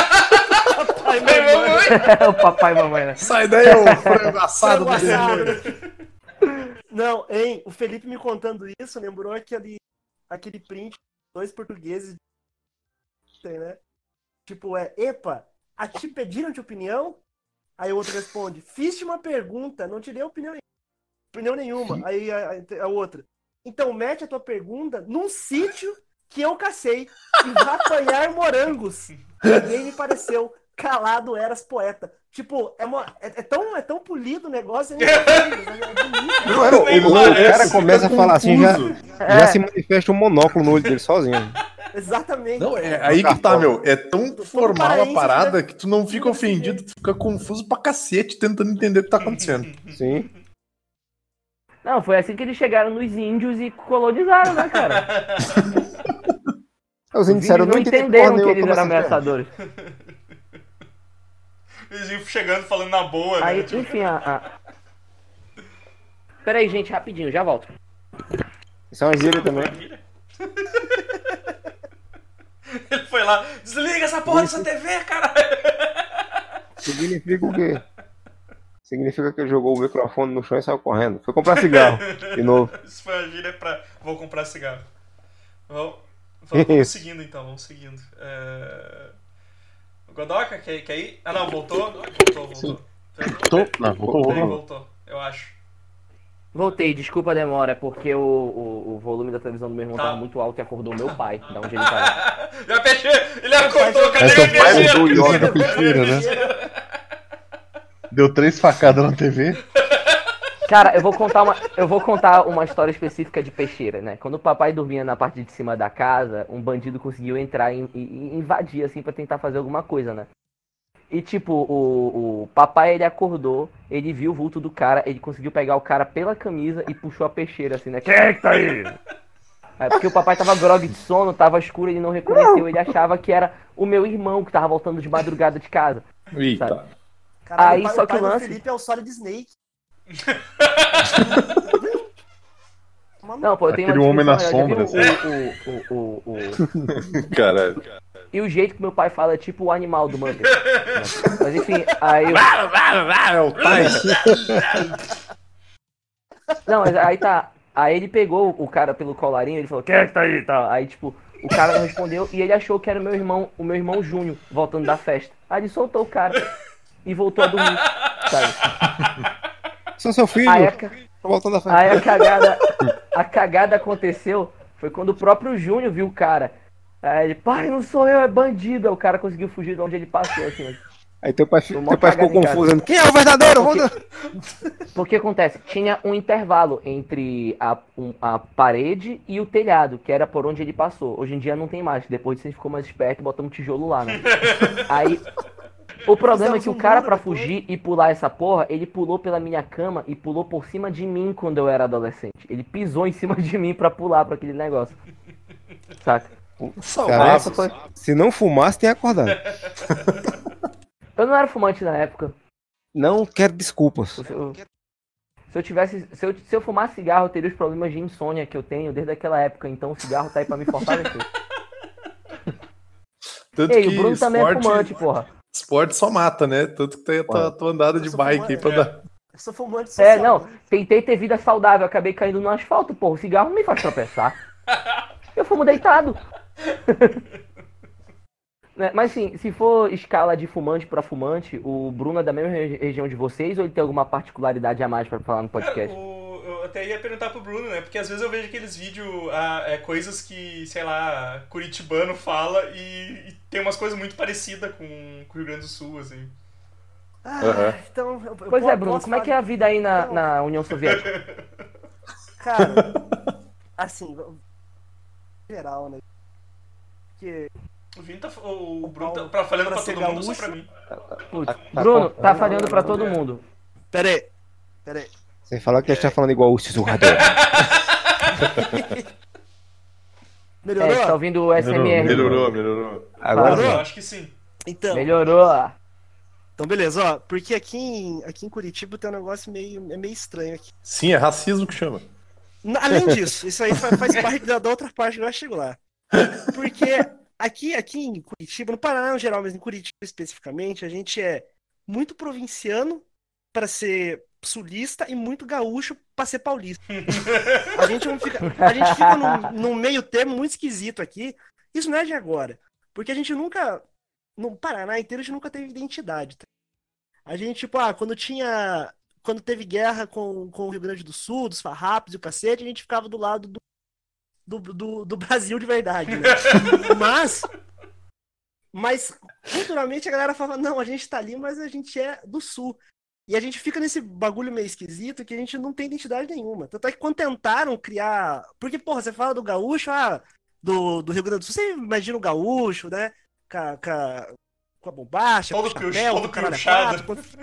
Ai, mamãe! O papai e mamãe, né? Sai daí, ô frango assado do Frango demônio. Não, hein? O Felipe me contando isso lembrou aquele print, dois portugueses, tem, né? Tipo, epa, a te pediram de opinião? Aí o outro responde, fiz-te uma pergunta, não te dei opinião nenhuma. Aí a outra, então mete a tua pergunta num sítio que eu cacei e vá apanhar morangos. Ninguém me pareceu. Calado eras poeta. Tipo, é tão polido o negócio. É bonito. O cara começa a falar assim, já se manifesta um monóculo no olho dele sozinho. Exatamente. Não, aí que tá, meu. É tão Todo formal a paraense parada deve- que tu não fica ofendido, tu fica confuso pra cacete tentando entender o que tá acontecendo. Sim. Não, foi assim que eles chegaram nos índios e colonizaram, né, cara? Os Os índios disseram, índios não entendi entenderam porra que nenhuma, eles como eram assim, ameaçadores. Eles iam chegando falando na boa, né? Aí, Tipo, enfim, Pera aí, gente, rapidinho, já volto. Isso é uma gíria também. ele foi lá, desliga essa porra dessa TV, caralho! Significa o quê? Significa que ele jogou o microfone no chão e saiu correndo. Foi comprar cigarro. De novo. Isso foi a gíria pra... Vou comprar cigarro. Vamos Isso. seguindo, então, vamos seguindo. O Godoka, quer ir? Ah, não, voltou? Voltou. Voltou, eu acho. Voltei, desculpa a demora, é porque o volume da televisão do meu irmão Tá. tava muito alto e acordou meu pai, da onde ele tava. Já fechei! Ele acordou, cadê Essa a pai energia? mudou o Yoda Cadê a peixeira, né? energia? Deu 3 facadas na TV. Cara, eu vou contar uma história específica de peixeira, né? Quando o papai dormia na parte de cima da casa, um bandido conseguiu entrar e invadir, assim, pra tentar fazer alguma coisa, né? E, tipo, o papai, ele acordou, ele viu o vulto do cara, ele conseguiu pegar o cara pela camisa e puxou a peixeira, assim, né? Quem é que tá aí? Porque o papai tava grog de sono, tava escuro, ele não reconheceu, ele achava que era o meu irmão que tava voltando de madrugada de casa. Eita. Caralho, Aí, o pai, só o pai que o do lance- Felipe é o Solid Snake. Não, pô, eu tenho Aquele uma homem na descrição sombra, melhor. Já viu Caralho. E o jeito que meu pai fala é tipo o animal do Muppet. Mas enfim, aí eu... É o Tais. Não, mas aí tá. Aí ele pegou o cara pelo colarinho, ele falou, quem é que tá aí? Tá. Aí, tipo, o cara não respondeu e ele achou que era o meu irmão Júnior, voltando da festa. Aí ele soltou o cara e voltou a dormir, sabe? Sou seu filho. Aí Tô voltando a festa. aí a cagada aconteceu, foi quando o próprio Júnior viu o cara. Aí ele, pai, não sou eu, é bandido. Aí o cara conseguiu fugir de onde ele passou, assim. Aí teu pai Tomou ficou cagada em casa. confuso. Dizendo, quem é o verdadeiro? Porque acontece, tinha um intervalo entre a parede e o telhado, que era por onde ele passou. Hoje em dia não tem mais, depois disso a gente ficou mais esperto e botamos tijolo lá, né? Aí, o problema é que o cara, pra fugir e pular essa porra, ele pulou pela minha cama e pulou por cima de mim quando eu era adolescente. Ele pisou em cima de mim pra pular pra aquele negócio. Saca? Cara, Essa foi... se não fumasse, tem acordado. Eu não era fumante na época. Não quero desculpas. Se eu fumasse cigarro, eu teria os problemas de insônia que eu tenho desde aquela época. Então o cigarro tá aí pra me fortalecer. Tanto Ei, que o Bruno também é fumante, porra. Esporte só mata, né? Tanto que tem a tua andada de Eu sou bike aí pra dar. Eu sou fumante social. É, não, tentei ter vida saudável, acabei caindo no asfalto, porra. O cigarro não me faz tropeçar. Eu fumo deitado. Né, mas sim, se for escala de fumante pra fumante, o Bruno é da mesma região de vocês ou ele tem alguma particularidade a mais pra falar no podcast? Cara, eu até ia perguntar pro Bruno, né? Porque às vezes eu vejo aqueles vídeos, coisas que, sei lá, curitibano fala e tem umas coisas muito parecidas com o Rio Grande do Sul, assim. Então, Pois é, Bruno, como é que é a vida aí na União Soviética? Cara, assim, geral, né? Porque O Bruno tá falando pra todo mundo ou só pra mim? Putz, Bruno, tá falhando pra todo mundo. Pera aí. Você fala que a gente tá falando igual o sussurrador. Melhorou? Tá ouvindo o SMR. Melhorou. Agora Eu sim. acho que sim. Então, Melhorou. então, beleza, ó. Porque aqui em Curitiba tem um negócio meio estranho aqui. Sim, é racismo que chama. Além disso, isso aí faz parte da outra parte que eu já chego lá. Porque aqui em Curitiba, no Paraná no geral, mas em Curitiba especificamente, a gente é muito provinciano para ser sulista e muito gaúcho para ser paulista. A gente fica num meio termo muito esquisito aqui. Isso não é de agora. Porque a gente nunca, no Paraná inteiro, a gente nunca teve identidade. Tá? A gente, tipo, quando teve guerra com o Rio Grande do Sul, dos farrapos e o cacete, a gente ficava do lado do Brasil de verdade, né? Mas culturalmente a galera fala, não, a gente tá ali, mas a gente é do Sul. E a gente fica nesse bagulho meio esquisito que a gente não tem identidade nenhuma. Tanto é que quando tentaram criar... Porque, porra, você fala do gaúcho, do Rio Grande do Sul, você imagina o gaúcho, né? Com a bombacha, Todo com o chapéu, todo com o caralho piochado.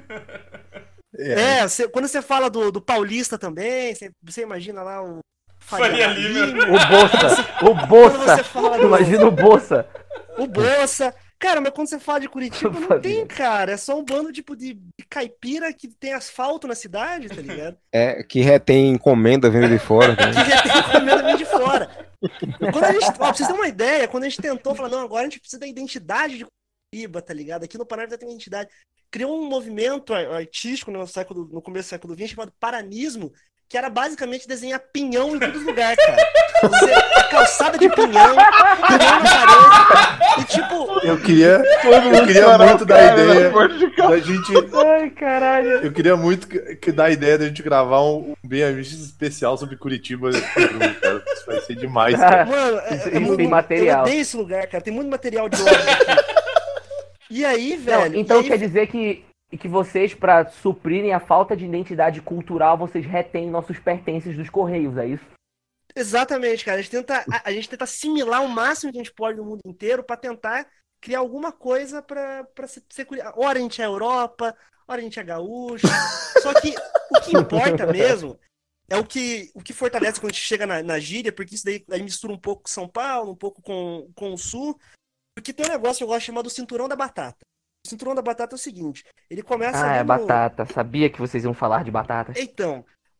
quando você fala do paulista também, você imagina lá o Faria Lima. O Bolsa. Quando você fala do- Imagina o Bolsa. O Bolsa. Cara, mas quando você fala de Curitiba, não Fazia. tem, cara. É só um bando tipo, de caipira que tem asfalto na cidade, tá ligado? É, que retém encomenda vindo de fora. Que Né? já tem comendo bem de fora. Quando a gente, pra vocês terem uma ideia, quando a gente tentou falar, não, agora a gente precisa da identidade de Curitiba, tá ligado? Aqui no Paraná já tem identidade. Criou um movimento artístico no começo do século XX chamado paranismo, que era basicamente desenhar pinhão em todos os lugares, cara. Calçada de pinhão na parede. E tipo, Eu queria muito dar ideia da gente. Ai, caralho. Eu queria muito que dar a ideia da gente gravar um Bem Amigos especial sobre Curitiba. Cara. Isso vai ser demais, cara. mano, Isso tem material. Eu odeio esse lugar, cara. Tem muito material de ódio aqui. E aí, velho. Então e aí, quer dizer que vocês, pra suprirem a falta de identidade cultural, vocês retêm nossos pertences dos Correios, é isso? Exatamente, cara. A gente tenta assimilar o máximo que a gente pode no mundo inteiro pra tentar criar alguma coisa pra ser curioso. Ora a gente é Europa, ora a gente é gaúcho. Só que o que importa mesmo é o que fortalece quando a gente chega na gíria, porque isso daí mistura um pouco com São Paulo, um pouco com o Sul. Porque tem um negócio que eu gosto chamado cinturão da batata. O cinturão da batata é o seguinte, ele começa ali É batata. Sabia que vocês iam falar de batata. Então,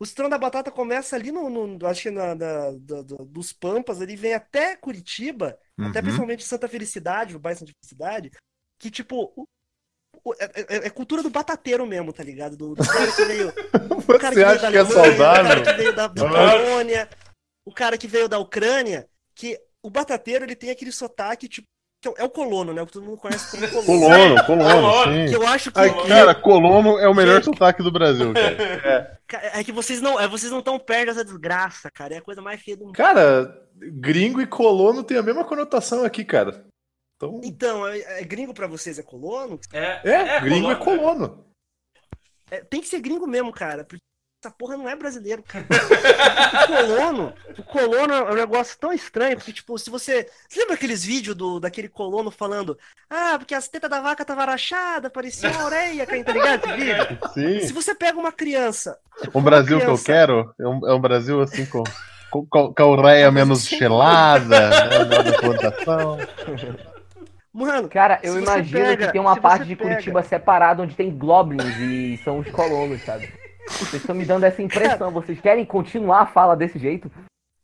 O Citrão da Batata começa ali acho que dos Pampas, ali vem até Curitiba, até Uhum. principalmente Santa Felicidade, o bairro Santa Felicidade, que tipo, é cultura do batateiro mesmo, tá ligado? Do cara que veio. O cara Você acha que é O cara saudável? que veio da Polônia, o cara que veio da Ucrânia, que o batateiro ele tem aquele sotaque, tipo, que é o colono, né? O que todo mundo conhece como colono. Colono, Que sim. eu acho que. Cara, colono é o melhor Gente. sotaque do Brasil, cara. É que vocês não estão perto dessa desgraça, cara. É a coisa mais feia do mundo. Cara, gringo e colono tem a mesma conotação aqui, cara. Então, é gringo pra vocês é colono? Gringo é colono. Tem que ser gringo mesmo, cara. Porque essa porra não é brasileiro. O colono é um negócio tão estranho, porque, tipo, se você. Você lembra aqueles vídeos daquele colono falando, porque as tetas da vaca tava rachada, parecia uma orelha, tá ligado? Esse vídeo? Sim. Se você pega uma criança. O Brasil que eu quero é um Brasil assim com a ureia menos gelada, né, da plantação. Mano, Cara, eu imagino que tem uma parte de Curitiba separada onde tem goblins e são os colonos, sabe? Vocês estão me dando essa impressão. Vocês querem continuar a fala desse jeito?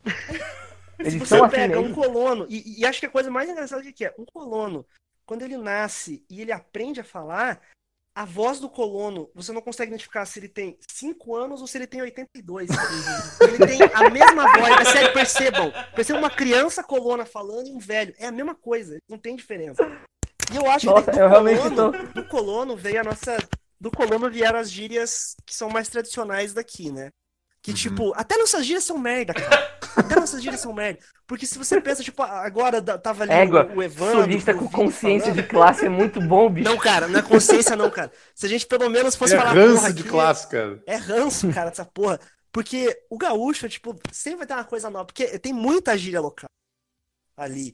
Eles se são você assim pega mesmo. um colono, e acho que a coisa mais engraçada que é, um colono, quando ele nasce e ele aprende a falar, a voz do colono, você não consegue identificar se ele tem 5 anos ou se ele tem 82. Ele tem a mesma voz. É sério, percebam uma criança colona falando e um velho. É a mesma coisa, não tem diferença. E eu acho Nossa, que eu realmente tô... do colono veio a nossa... Do colono vieram as gírias que são mais tradicionais daqui, né? Que, tipo, até nossas gírias são merda, cara. Até nossas gírias são merda. Porque se você pensa, tipo, agora tava ali o Evandro... Sulista com consciência de classe é muito bom, bicho. Não, cara, não é consciência não, cara. Se a gente pelo menos fosse falar ranço porra de aqui, classe, cara. É ranço, cara, essa porra. Porque o gaúcho, tipo, sempre vai ter uma coisa nova. Porque tem muita gíria local ali.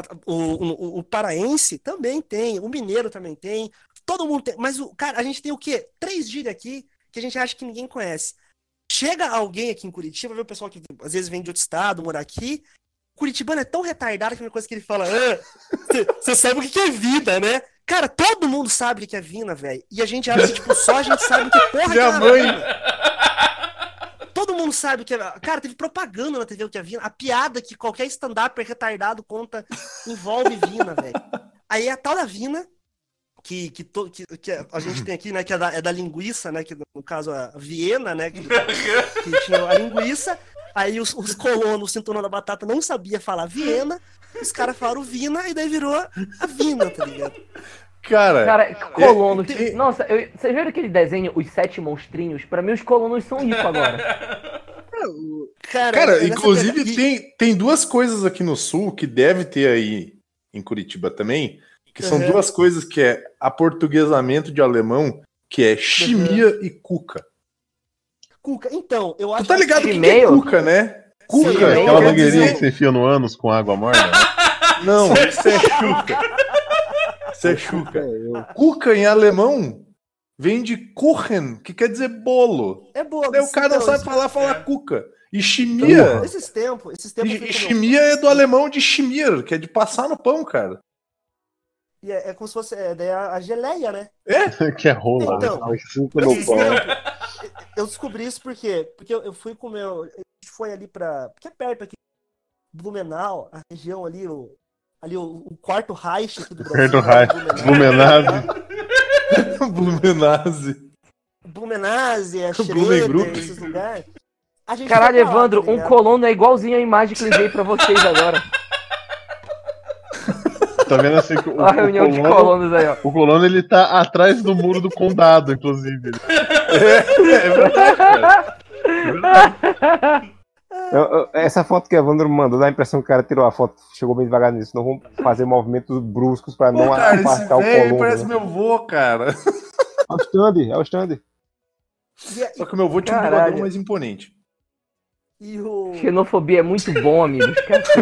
O paraense também tem. O mineiro também tem. Todo mundo tem. Mas, cara, a gente tem o quê? 3 gírias aqui que a gente acha que ninguém conhece. Chega alguém aqui em Curitiba, vê o pessoal que às vezes vem de outro estado, morar aqui. Curitibano é tão retardado que é uma coisa que ele fala: você sabe o que é vida, né? Cara, todo mundo sabe o que é vina, velho. E a gente acha que, tipo, só a gente sabe o que porra que é Minha mãe. Todo mundo sabe o que é. Cara, teve propaganda na TV o que é vina. A piada que qualquer stand-up retardado conta envolve vina, velho. Aí a tal da vina, que a gente tem aqui, né? Que é da linguiça, né? Que no caso a Viena, né? Que tinha a linguiça. Aí os colonos, o cinturão da batata, não sabia falar Viena. Os caras falaram Vina e daí virou a Vina, tá ligado? Cara, colonos. Nossa, vocês viram aquele desenho, Os 7 Monstrinhos? Pra mim, os colonos são isso agora. Cara, inclusive tem 2 coisas aqui no sul que deve ter aí em Curitiba também, que são 2 coisas que é aportuguesamento de alemão, que é chimia e cuca. Cuca, então, eu acho Tu tá ligado que que é cuca, né? Cuca, Sim, aquela mangueirinha que você enfia no ânus com água morna. Não, isso é chuca. Isso é chuca. Cuca em alemão vem de Kuchen, que quer dizer bolo. É bolo. Daí o cara não sabe falar cuca. E chimia. Esses tempos. E chimia é do alemão de schmier, que é de passar no pão, cara. E é como se fosse daí a geleia, né? Que é rola. Então, eu descobri isso porque eu fui comer. A gente foi ali pra. Porque é perto aqui. Blumenau, a região ali, o quarto Reich aqui do Brasil. Blumenase, Schroeder, esses lugares. Caralho, Evandro, um colono é igualzinho a imagem que eu enviei pra vocês agora. Tá vendo assim que a reunião de colonos aí, ó. O colono, ele tá atrás do muro do condado, inclusive. É verdade, cara. É verdade. Essa foto que o Evandro me mandou dá a impressão que o cara tirou a foto, chegou bem devagar nisso. Não vamos fazer movimentos bruscos pra não afastar o colono. Parece meu vô, cara. É o stand. Só que o meu vô tinha um bigodão mais imponente. Xenofobia é muito bom, amigos.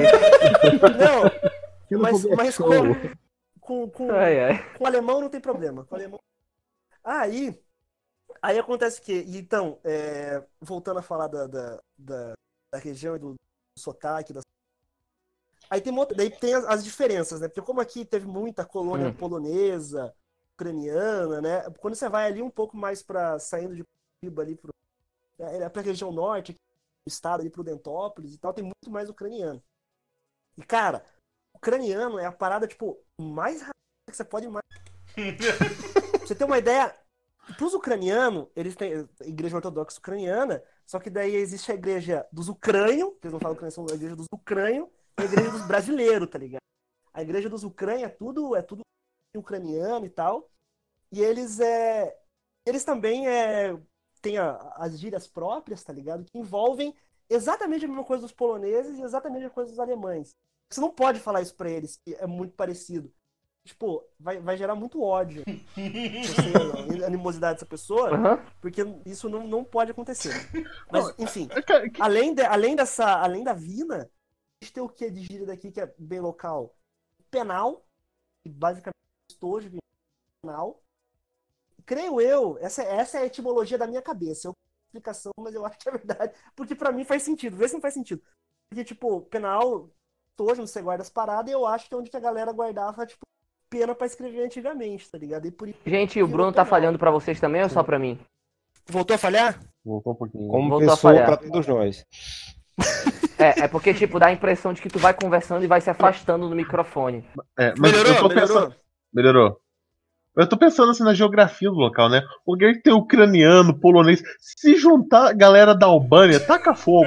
Não, mas com o alemão não tem problema. Com o alemão... Aí acontece que, então, voltando a falar da região e do sotaque, aí daí tem as diferenças, né? Porque como aqui teve muita colônia polonesa, ucraniana, né? Quando você vai ali um pouco mais saindo de Curitiba ali é pra região norte, aqui do estado, ali pro Dentópolis e tal, tem muito mais ucraniano. E, cara, ucraniano é a parada, tipo, mais rara que você pode imaginar. Pra você ter uma ideia, pros ucranianos, eles têm a igreja ortodoxa ucraniana, só que daí existe a igreja dos ucrânios, que eles não falam ucranianos, são a igreja dos ucrânios, e a igreja dos brasileiros, tá ligado? A igreja dos ucrânios é tudo ucraniano e tal. E eles também têm as gírias próprias, tá ligado? Que envolvem exatamente a mesma coisa dos poloneses e exatamente a mesma coisa dos alemães. Você não pode falar isso pra eles, que é muito parecido. Tipo, vai gerar muito ódio. Você, a animosidade dessa pessoa, porque isso não pode acontecer. Mas, enfim, além da Vina, a gente tem o que de gíria daqui que é bem local? Penal, que basicamente é estojo de penal. Creio eu, essa é a etimologia da minha cabeça. Eu tenho explicação, mas eu acho que é verdade. Porque pra mim faz sentido. Vê se não faz sentido. Porque, tipo, penal, estojo, onde você guarda as paradas, e eu acho que é onde que a galera guardava, tipo, pena pra escrever antigamente, tá ligado? E por isso, Gente, o Bruno tá falhando pra vocês também ou só pra mim? voltou a falhar? Voltou um pouquinho. Como Voltou a pessoa falhar. pra todos nós. É porque, tipo, dá a impressão de que tu vai conversando e vai se afastando do microfone. Mas eu tô pensando. Melhorou. Eu tô pensando assim na geografia do local, né? O lugar que tem ucraniano, polonês. Se juntar a galera da Albânia, taca fogo.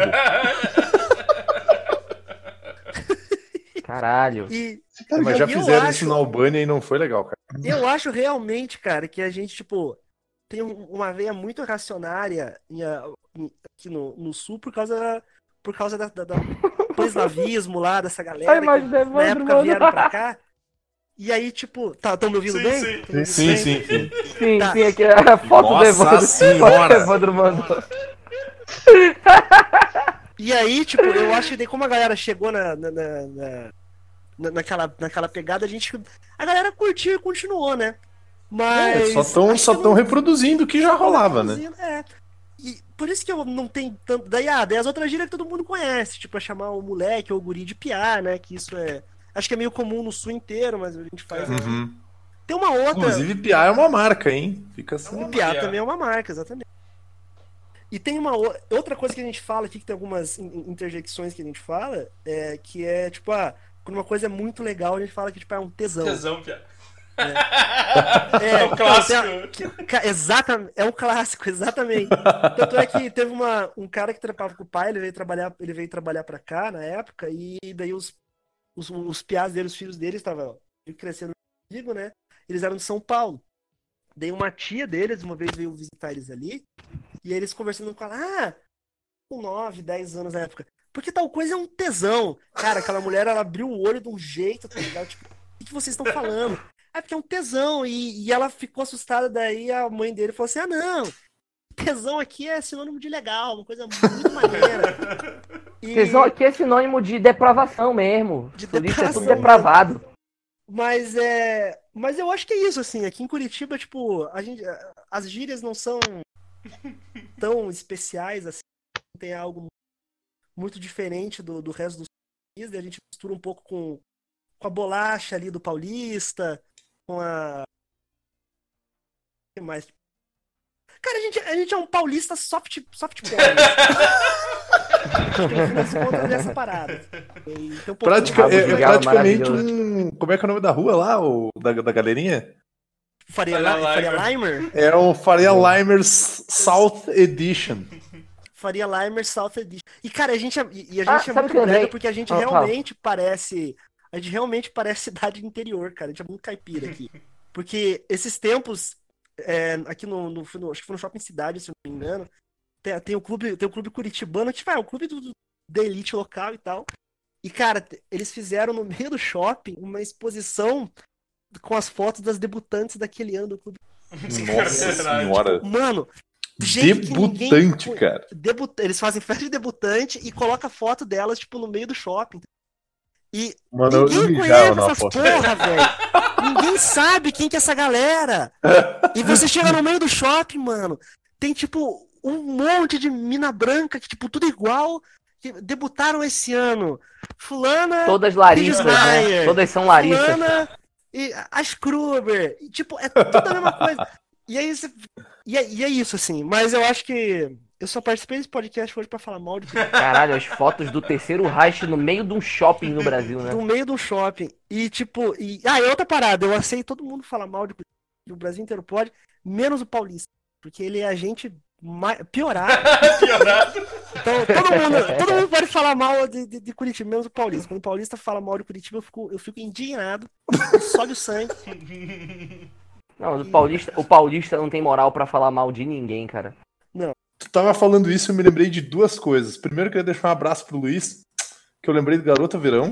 Caralho. Mas já eu fizeram acho- isso na Albânia e não foi legal, cara. Eu acho realmente, cara, que a gente, tipo, tem uma veia muito reacionária aqui no sul por causa do eslavismo lá, dessa galera Ai, mas que Evandro, na época mano. vieram pra cá. E aí, tipo, tão me ouvindo Sim, bem? sim. Tão me ouvindo Sim, bem? sim, sim. Sim, Tá. sim, aqui é a foto do Nossa Evandro. senhora! Foto do Evandro mandou. E aí, tipo, eu acho que daí como a galera chegou naquela pegada, a galera curtiu e continuou, né? Mas. Só estão reproduzindo o que já rolava, né? É. E por isso que eu não tenho tanto. Daí as outras gírias que todo mundo conhece, tipo, é chamar o moleque ou o guri de piá, né? Que isso é. Acho que é meio comum no sul inteiro, mas a gente faz. Uhum. Tem uma outra. Inclusive, piá é uma marca, hein? Fica assim. O piá também é uma marca, exatamente. E tem uma outra coisa que a gente fala aqui, que tem algumas interjecções que a gente fala, que é tipo, quando uma coisa é muito legal, a gente fala que tipo, é um tesão. Tesão, Pia. É o clássico. Exatamente, é um clássico, exatamente. Tanto é que teve um cara que trampava com o pai, ele veio trabalhar pra cá na época, e daí os piás dele, os filhos dele estavam crescendo comigo, né? Eles eram de São Paulo. Daí uma tia deles, uma vez veio visitar eles ali, e aí eles conversando com ela, com 9, 10 anos na época. Porque tal coisa é um tesão. Cara, aquela mulher, ela abriu o olho de um jeito, tá ligado? Tipo, o que vocês estão falando? É porque é um tesão. E ela ficou assustada, daí a mãe dele falou assim, não, tesão aqui é sinônimo de legal, uma coisa muito maneira. E... Tesão aqui é sinônimo de depravação mesmo. De Tudo isso é tudo depravação. depravado. Mas eu acho que é isso, assim, aqui em Curitiba, tipo, as gírias não são tão especiais, assim, tem algo muito diferente do resto dos países, a gente mistura um pouco com a bolacha ali do paulista, com a... O que mais? Cara, a gente é um paulista soft porn. No fim das contas, é essa parada. Então, um pouco É praticamente maravilhoso. Como é que é o nome da rua lá, da galerinha? Faria Limer? É o Faria Limers South Edition. Faria Limer South Edition. E, cara, a gente é sabe muito que eu brega lembrei? porque a gente Fala. realmente parece. A gente realmente parece cidade interior, cara. A gente é muito caipira aqui. Porque esses tempos, aqui acho que foi no Shopping Cidade, se eu não me engano, tem o clube curitibano, que tipo, é o clube da elite local e tal. E, cara, eles fizeram no meio do shopping uma exposição com as fotos das debutantes daquele ano do clube. Nossa senhora. Mano, gente Debutante, cara. Eles fazem festa de debutante e coloca a foto delas, tipo, no meio do shopping. E Mano, eu ninguém mijava conhece na essas foto. porra, velho. Ninguém sabe quem que é essa galera. E você chega no meio do shopping, mano, tem, tipo, um monte de mina branca, que, tipo, tudo igual, que debutaram esse ano. Fulana... Todas Larissas, né? Schneier, Todas são Larissas. Fulana e as Kruber. E, tipo, é tudo a mesma coisa. E aí e é isso, assim. Mas eu acho que Eu só participei desse podcast hoje pra falar mal de Caralho, as fotos do terceiro Reich no meio de um shopping no Brasil, né? no meio do shopping. E tipo, e outra parada, eu aceito todo mundo falar mal de Curitiba, o Brasil inteiro pode, menos o paulista, porque ele é a gente piorado. Piorado. Então todo mundo pode falar mal de Curitiba, menos o paulista. Quando o paulista fala mal de Curitiba, eu fico indignado, sobe o sangue. Não, o paulista não tem moral pra falar mal de ninguém, cara. Tu tava falando isso e eu me lembrei de duas coisas. Primeiro, eu queria deixar um abraço pro Luiz, que eu lembrei do Garota Verão.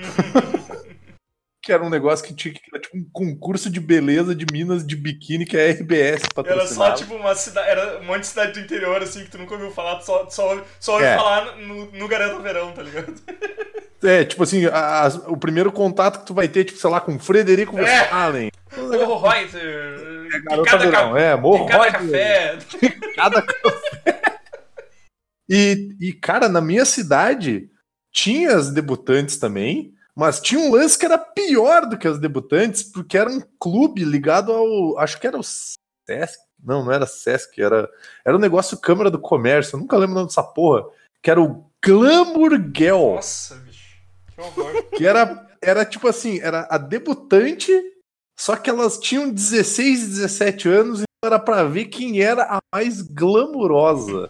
Que era um negócio que tinha que era tipo um concurso de beleza de minas de biquíni que a RBS patrocinava. Era só tipo uma cidade, era um monte de cidade do interior, assim, que tu nunca ouviu falar, tu só ouviu falar no Garota Verão, tá ligado? É, tipo assim, o primeiro contato que tu vai ter, tipo, sei lá, com Frederico Westphalen. Morro Reuter, Garota Verão, Morro cada Reuter. café. Cada café. E, cara, na minha cidade tinha as debutantes também, mas tinha um lance que era pior do que as debutantes, porque era um clube ligado ao... Acho que era o Sesc. Não era Sesc, era um negócio Câmara do Comércio, eu nunca lembro o nome dessa porra, que era o Glamour Girl. Nossa, bicho. Que horror. Que era tipo assim, era a debutante, só que elas tinham 16 e 17 anos, então era pra ver quem era a mais glamurosa.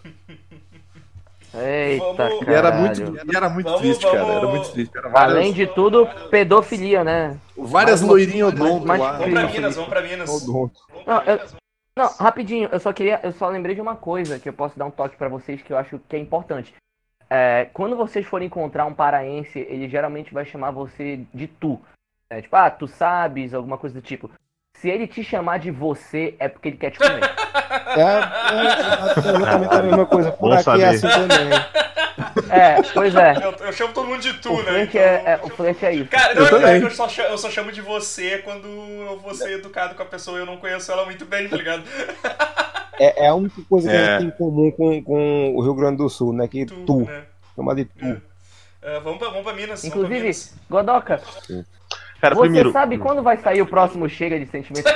Eita, Vamos- E era caralho. muito Vamos- triste, vamos- cara. Era muito triste. Era Além de tudo, pedofilia, né? várias loirinhas odonto mais- lá. Vamos pra Minas. Odonto. Não, rapidinho, eu só lembrei de uma coisa que eu posso dar um toque pra vocês que eu acho que é importante. Quando vocês forem encontrar um paraense, ele geralmente vai chamar você de tu. Tipo, tu sabes, alguma coisa do tipo. Se ele te chamar de você, é porque ele quer te comer. Exatamente a mesma coisa. Por Bom aqui saber. é assim também. Pois é. Eu chamo todo mundo de tu, O né? flerte o flerte é isso. Cara, Eu não, também. é que eu só chamo de você quando eu vou ser educado com a pessoa e eu não conheço ela muito bem, tá ligado? É a única coisa que a É. gente tem em comum com o Rio Grande do Sul, né? Que tu, Né? chama de tu. Vamos pra Minas. Inclusive, vamos pra Minas. Godoca, Cara, você primeiro, sabe quando vai sair o próximo Chega de Sentimento?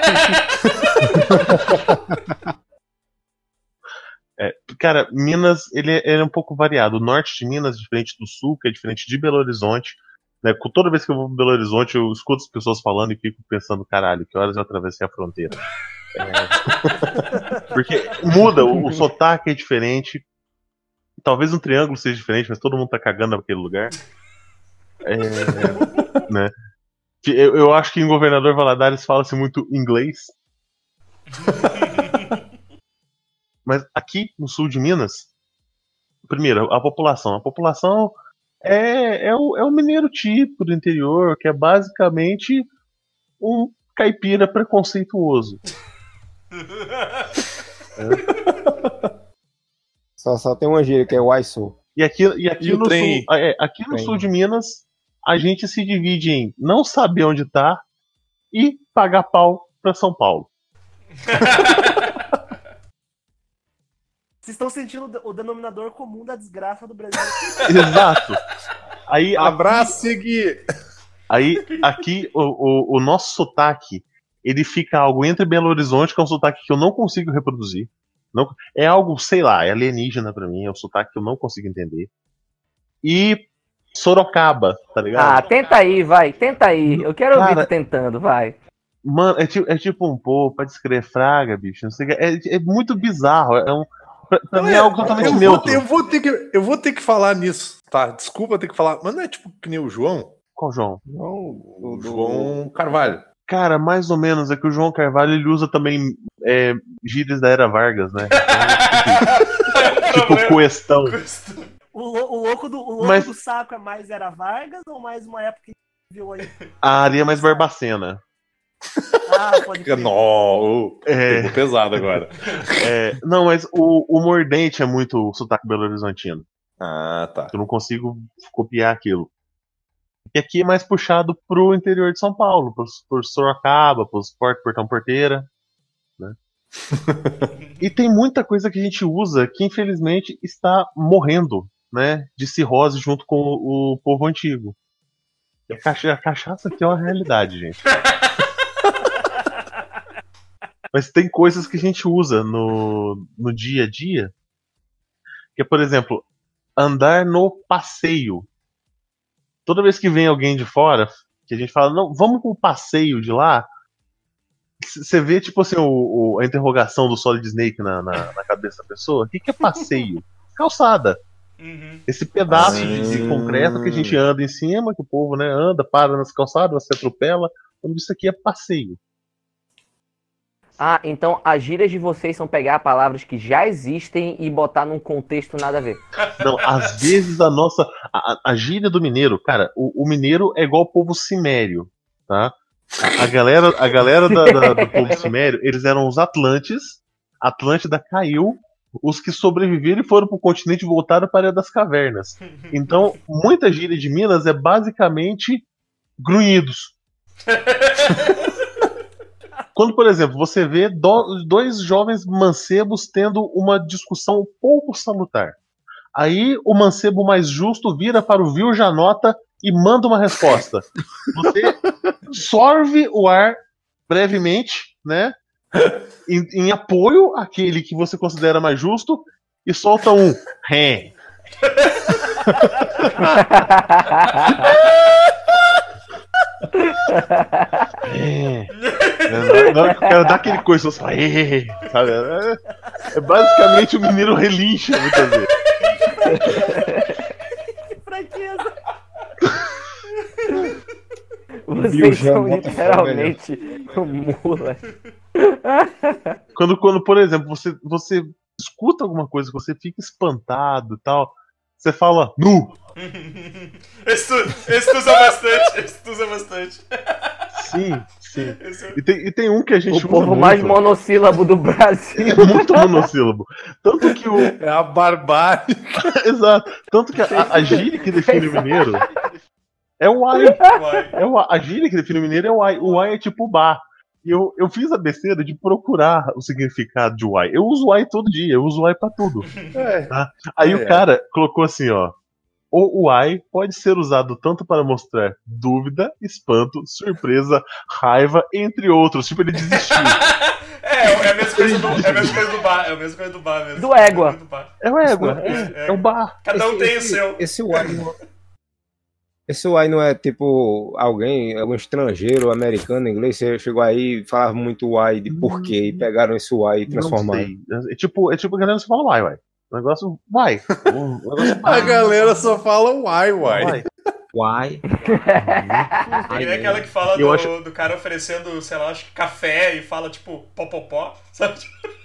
cara, Minas, ele é um pouco variado. O norte de Minas é diferente do sul, que é diferente de Belo Horizonte. Né? Toda vez que eu vou para Belo Horizonte, eu escuto as pessoas falando e fico pensando, caralho, que horas eu atravessei a fronteira? Porque muda, o sotaque é diferente. Talvez um triângulo seja diferente, mas todo mundo tá cagando naquele lugar. Né? Eu acho que em Governador Valadares fala-se muito inglês. Mas aqui no sul de Minas, primeiro, a população. A população é o mineiro típico do interior, que é basicamente um caipira preconceituoso. Só tem uma gíria que é o Aiso. E aqui E o no trem? sul, aqui no Trem. sul de Minas, a gente se divide em não saber onde tá e pagar pau pra São Paulo. Vocês estão sentindo o denominador comum da desgraça do Brasil. Exato. Aí, Abraço, seguir. Aí, aqui, o nosso sotaque, ele fica algo entre Belo Horizonte, que é um sotaque que eu não consigo reproduzir. Não, é algo, sei lá, é alienígena pra mim, é um sotaque que eu não consigo entender. E Sorocaba, tá ligado? Tenta aí, vai, tenta aí. Eu quero ouvir Cara, tu tentando, vai. Mano, é tipo um pô, pra descrever fraga, bicho. Não sei, é muito bizarro. Pra mim é algo totalmente neutro. Eu vou ter que falar nisso. Tá, desculpa ter que falar. Mas não é tipo que nem o João? Qual João? Não, O João Carvalho. Cara, mais ou menos. É que o João Carvalho ele usa também gírias da Era Vargas, né? Tipo questão. O louco Mas- do saco é mais Era Vargas ou mais uma época que viu aí? A área é mais Barbacena. Pode crer. Não, É. pegou pesado agora. Não, mas o mordente é muito o sotaque belo-horizontino. Ah, tá. Eu não consigo copiar aquilo. E aqui é mais puxado pro interior de São Paulo, por Sorocaba, pros Portão Porteira, né? E tem muita coisa que a gente usa que infelizmente está morrendo, né? De cirrose junto com o povo antigo. E a cachaça aqui é uma realidade, gente. Mas tem coisas que a gente usa no dia a dia Que é, por exemplo, andar no passeio. Toda vez que vem alguém de fora, que a gente fala, não, vamos pro passeio de lá, você vê, tipo assim, a interrogação do Solid Snake na cabeça da pessoa. O que é passeio? Calçada. Uhum. Esse pedaço de concreto que a gente anda em cima, que o povo, né, anda, para nas calçadas, você atropela. Então, isso aqui é passeio. Ah, então as gírias de vocês são pegar palavras que já existem e botar num contexto nada a ver. Não, às vezes a gíria do mineiro, cara, o mineiro é igual o povo cimério, tá? A galera do povo cimério, eles eram os Atlantes, Atlântida caiu, os que sobreviveram e foram pro continente e voltaram para a Área das Cavernas. Então, muita gíria de Minas é basicamente grunhidos. Quando, por exemplo, você vê dois jovens mancebos tendo uma discussão pouco salutar. Aí o mancebo mais justo vira para o Vil Janota e manda uma resposta. Você sorve o ar brevemente, né? Em apoio àquele que você considera mais justo e solta um ré. Na hora que o cara dá aquele coisa, você fala, sabe? É basicamente o mineiro relincha muitas vezes. Que fraqueza. Vocês são literalmente mula. Quando, por exemplo, você escuta alguma coisa, você fica espantado e tal, você fala, nu! Esse tu usa bastante. Sim. E tem um que a gente usa O povo muito. mais monossílabo do Brasil. É muito monossílabo. Tanto que É a barbárie. Exato. Tanto que a gíria que define o mineiro é o ai. A gíria que define o mineiro é o ai. O ai é tipo o bar. E eu fiz a besteira de procurar o significado de uai. Eu uso uai todo dia, eu uso uai pra tudo. Tá? Aí o cara colocou assim, ó. O uai pode ser usado tanto para mostrar dúvida, espanto, surpresa, raiva, entre outros. Tipo, ele desistiu. É a mesma coisa do bar. É a mesma coisa do bar mesmo. Do égua. É o égua, é o bar. Cada um tem o seu. Esse uai não é tipo algum estrangeiro, americano, inglês, você chegou aí e falava muito uai de porquê e pegaram esse uai e transformaram. É tipo a galera só fala uai. O negócio vai. A galera só fala uai. Uai. Tem aquela que fala do cara oferecendo, sei lá, acho que café e fala tipo popopó, sabe?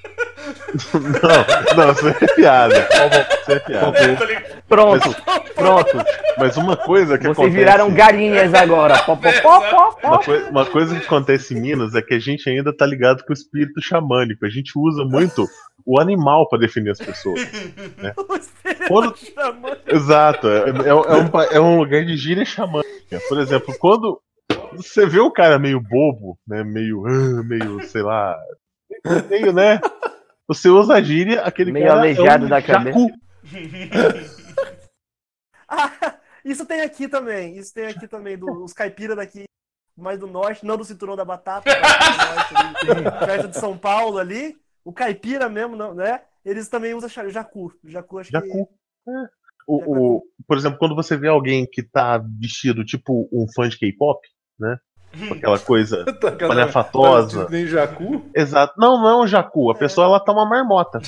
Não, isso é piada. Isso é piada. Pronto. Mas uma coisa que Vocês acontece... viraram galinhas agora. Uma coisa que acontece em Minas é que a gente ainda tá ligado com o espírito xamânico. A gente usa muito o animal pra definir as pessoas. Né? Exato. É um lugar de gíria xamânica. Por exemplo, quando você vê o cara meio bobo, né? Meio, sei lá... Meio, né? Você usa a gíria, aquele meio cara aleijado é um da cabeça. Isso tem aqui também. Isso tem aqui também. Os caipira daqui, mais do norte, não do cinturão da batata, do norte, perto de São Paulo ali. O caipira mesmo, não, né? Eles também usam jacu. Jacu, acho que... Por exemplo, quando você vê alguém que tá vestido tipo um fã de K-pop, né? Com aquela coisa palhafatosa. Tá nem jacu? Exato. Não é um jacu. A pessoa ela tá uma marmota.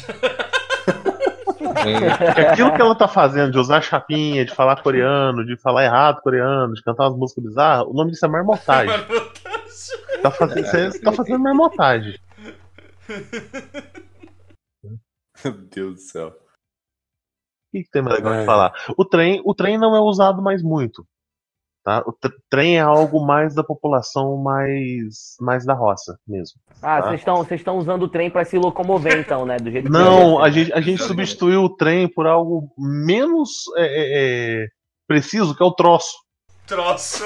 Porque aquilo que ela tá fazendo, de usar chapinha, de falar coreano, de falar errado coreano, de cantar umas músicas bizarras, o nome disso é marmotagem. Você tá fazendo marmotagem. Meu Deus do céu. O que tem mais legal de falar? O trem não é usado mais muito. Tá? O trem é algo mais da população mais da roça mesmo. Ah, tá? vocês estão usando o trem pra se locomover então, né? Do jeito não, que a gente substituiu o trem por algo menos preciso, que é o troço. Troço.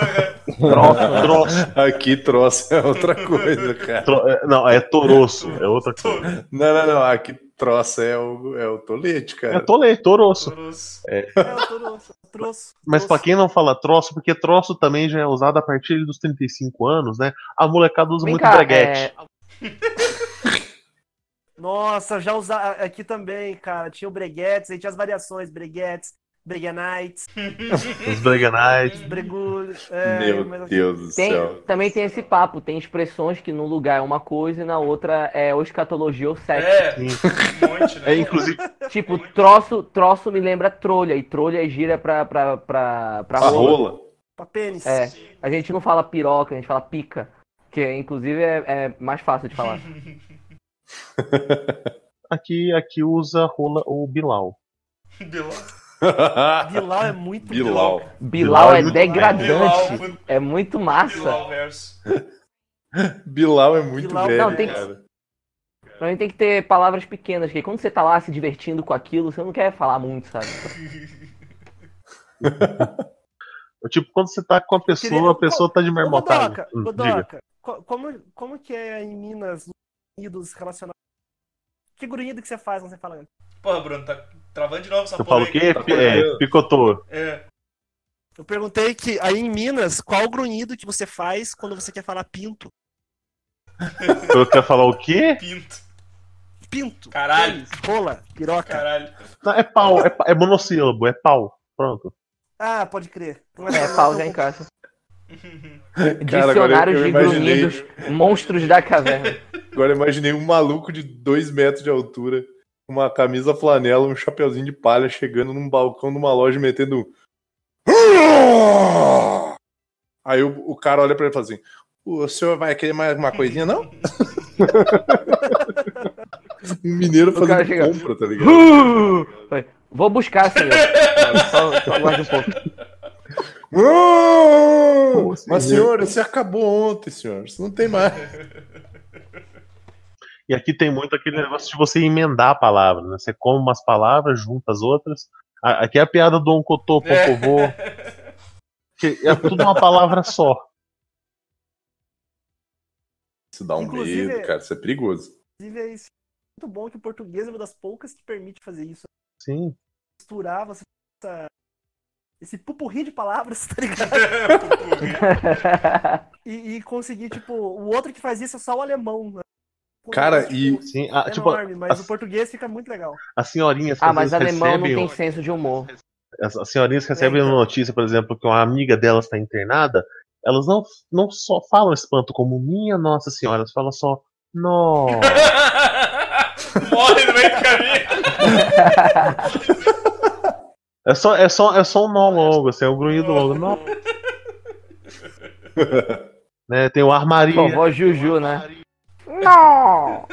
Aqui troço é outra coisa, cara. Não, é toroço, é outra coisa. Não. Aqui troço é o tolete, cara. É tolete, toroço. o troço. Mas pra quem não fala troço, porque troço também já é usado a partir dos 35 anos, né? A molecada usa muito breguete. Nossa, já usava aqui também, cara. Tinha o breguetes, aí tinha as variações, breguetes, breguenites, Os Breganites. bregulhos. Meu Deus do céu. Também tem esse papo, tem expressões que num lugar é uma coisa e na outra é ou escatologia ou sexo. É, Sim. um monte, né? Inclusive, Tipo, troço me lembra trolha, e trolha é gíria pra A rola. rola. Pra pênis. É, a gente não fala piroca, a gente fala pica, que inclusive é mais fácil de falar. aqui usa rola ou Bilal. Bilal é muito Bilal. Bilal é muito- degradante, Bilal, é muito massa. Bilal verso. Bilal é muito Bilal- velho, Não, tem que- cara. Pra mim tem que ter palavras pequenas, porque quando você tá lá se divertindo com aquilo, você não quer falar muito, sabe? Tipo, quando você tá com a pessoa, a pessoa tá de marmotada. Diga. Godoka, como que é em Minas, os grunhidos relacionados? Que grunhido que você faz quando você fala? Porra, Bruno, tá travando de novo essa Você porra fala o quê? aí. Picotou. É. Eu perguntei que aí em Minas, qual o grunhido que você faz quando você quer falar pinto? Eu quero falar o quê? Pinto. Pinto. Caralho. pênis, rola, piroca. Caralho. Não, é pau, é monossílabo, é pau. Pronto. Ah, pode crer. Não É, pau já encaixa. Cara, Dicionários eu de imaginei- grunhidos, monstros da caverna. Agora eu imaginei um maluco de 2 metros de altura, com uma camisa flanela, um chapeuzinho de palha, chegando num balcão de uma loja e metendo. Aí o cara olha pra ele e fala assim: o senhor vai querer mais uma coisinha, não? Um mineiro O cara fazendo chega- compra, tá ligado? Foi. Vou buscar, senhor. Só aguarde um pouco. Mas senhor, você acabou ontem, senhor. Você não tem mais. E aqui tem muito aquele negócio de você emendar a palavra, né? Você come umas palavras, junta as outras. Aqui é a piada do oncotô, pocovô. Que é tudo uma palavra só. Isso dá um Inclusive- medo, cara. Isso é perigoso. Inclusive, é isso. Muito bom que o português é uma das poucas que permite fazer isso. Sim. Misturar, você esse pupurri de palavras, tá ligado? E conseguir, tipo, o outro que faz isso é só o alemão, né? Cara, Tipo, e- Sim. é Tipo, enorme, mas o português fica muito legal. as senhorinhas que Ah, às mas vezes alemão não recebem. tem senso de humor. As senhorinhas que recebem então. uma notícia, por exemplo, que uma amiga delas está internada, elas não só falam espanto como minha Nossa Senhora, elas falam só nó. Morre no meio do caminho. É só um nó longo, assim, é um grunhido longo. Nó. Né, tem o armaria. Vovó Juju, né? Não!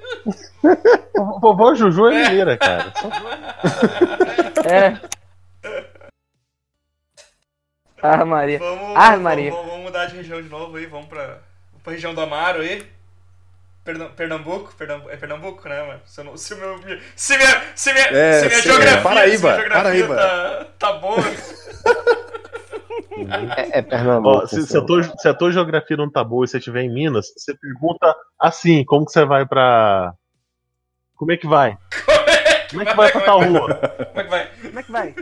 Vovó Juju é mineira, cara. É. Ah, Maria. Maria. Vamos mudar de região de novo aí. Vamos pra região do Amaro aí. Pernambuco? É Pernambuco, né, mano? Se minha geografia, Paraíba, se minha geografia Paraíba. tá boa. É Pernambuco. Ó, se a tua geografia não tá boa e você estiver em Minas, você pergunta assim, como que você vai pra... Como é que vai? Como é que vai pra tal rua? Como é que vai? Como é que vai?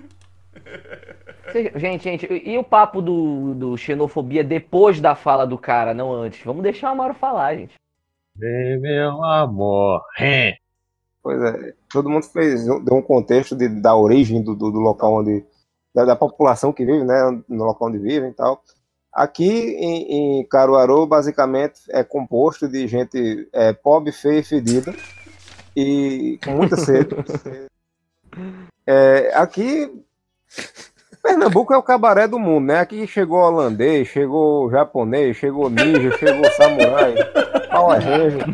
Gente, e o papo do xenofobia depois da fala do cara, não antes? Vamos deixar o Amaro falar, gente. Meu amor. Pois é, todo mundo deu um contexto da origem do local onde. Da população que vive, né? No local onde vivem e tal. Aqui em Caruaru, basicamente, é composto de gente pobre, feia e fedida. E com muita sede. Aqui. Pernambuco é o cabaré do mundo, né? Aqui chegou holandês, chegou japonês, chegou ninja, chegou samurai, Power Ranger.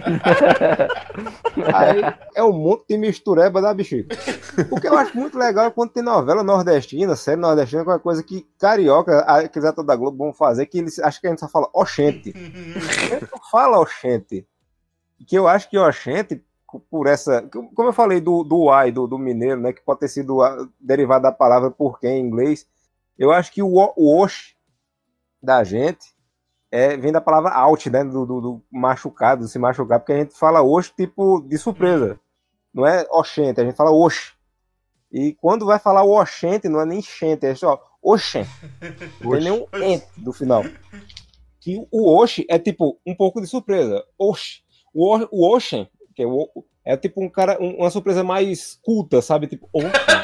Aí é um monte de mistureba da bexiga. O que eu acho muito legal é quando tem novela nordestina, série nordestina, qualquer coisa que carioca, aqueles atores da Globo vão fazer, que eles acham que a gente só fala oxente. A gente não fala oxente. Que eu acho que oxente, por essa... Como eu falei do uai, do mineiro, né? Que pode ter sido derivado da palavra porquê em inglês. Eu acho que o oxe da gente vem da palavra out, né? Do machucado, se machucar, porque a gente fala oxe tipo de surpresa. Não é oxente, a gente fala oxe. E quando vai falar o oxente, não é nem xente, é só oxen. Não tem nenhum ente do final. Que o oxe é tipo um pouco de surpresa. Oxe. O oxen, que é tipo um cara, uma surpresa mais culta, sabe? Tipo, Com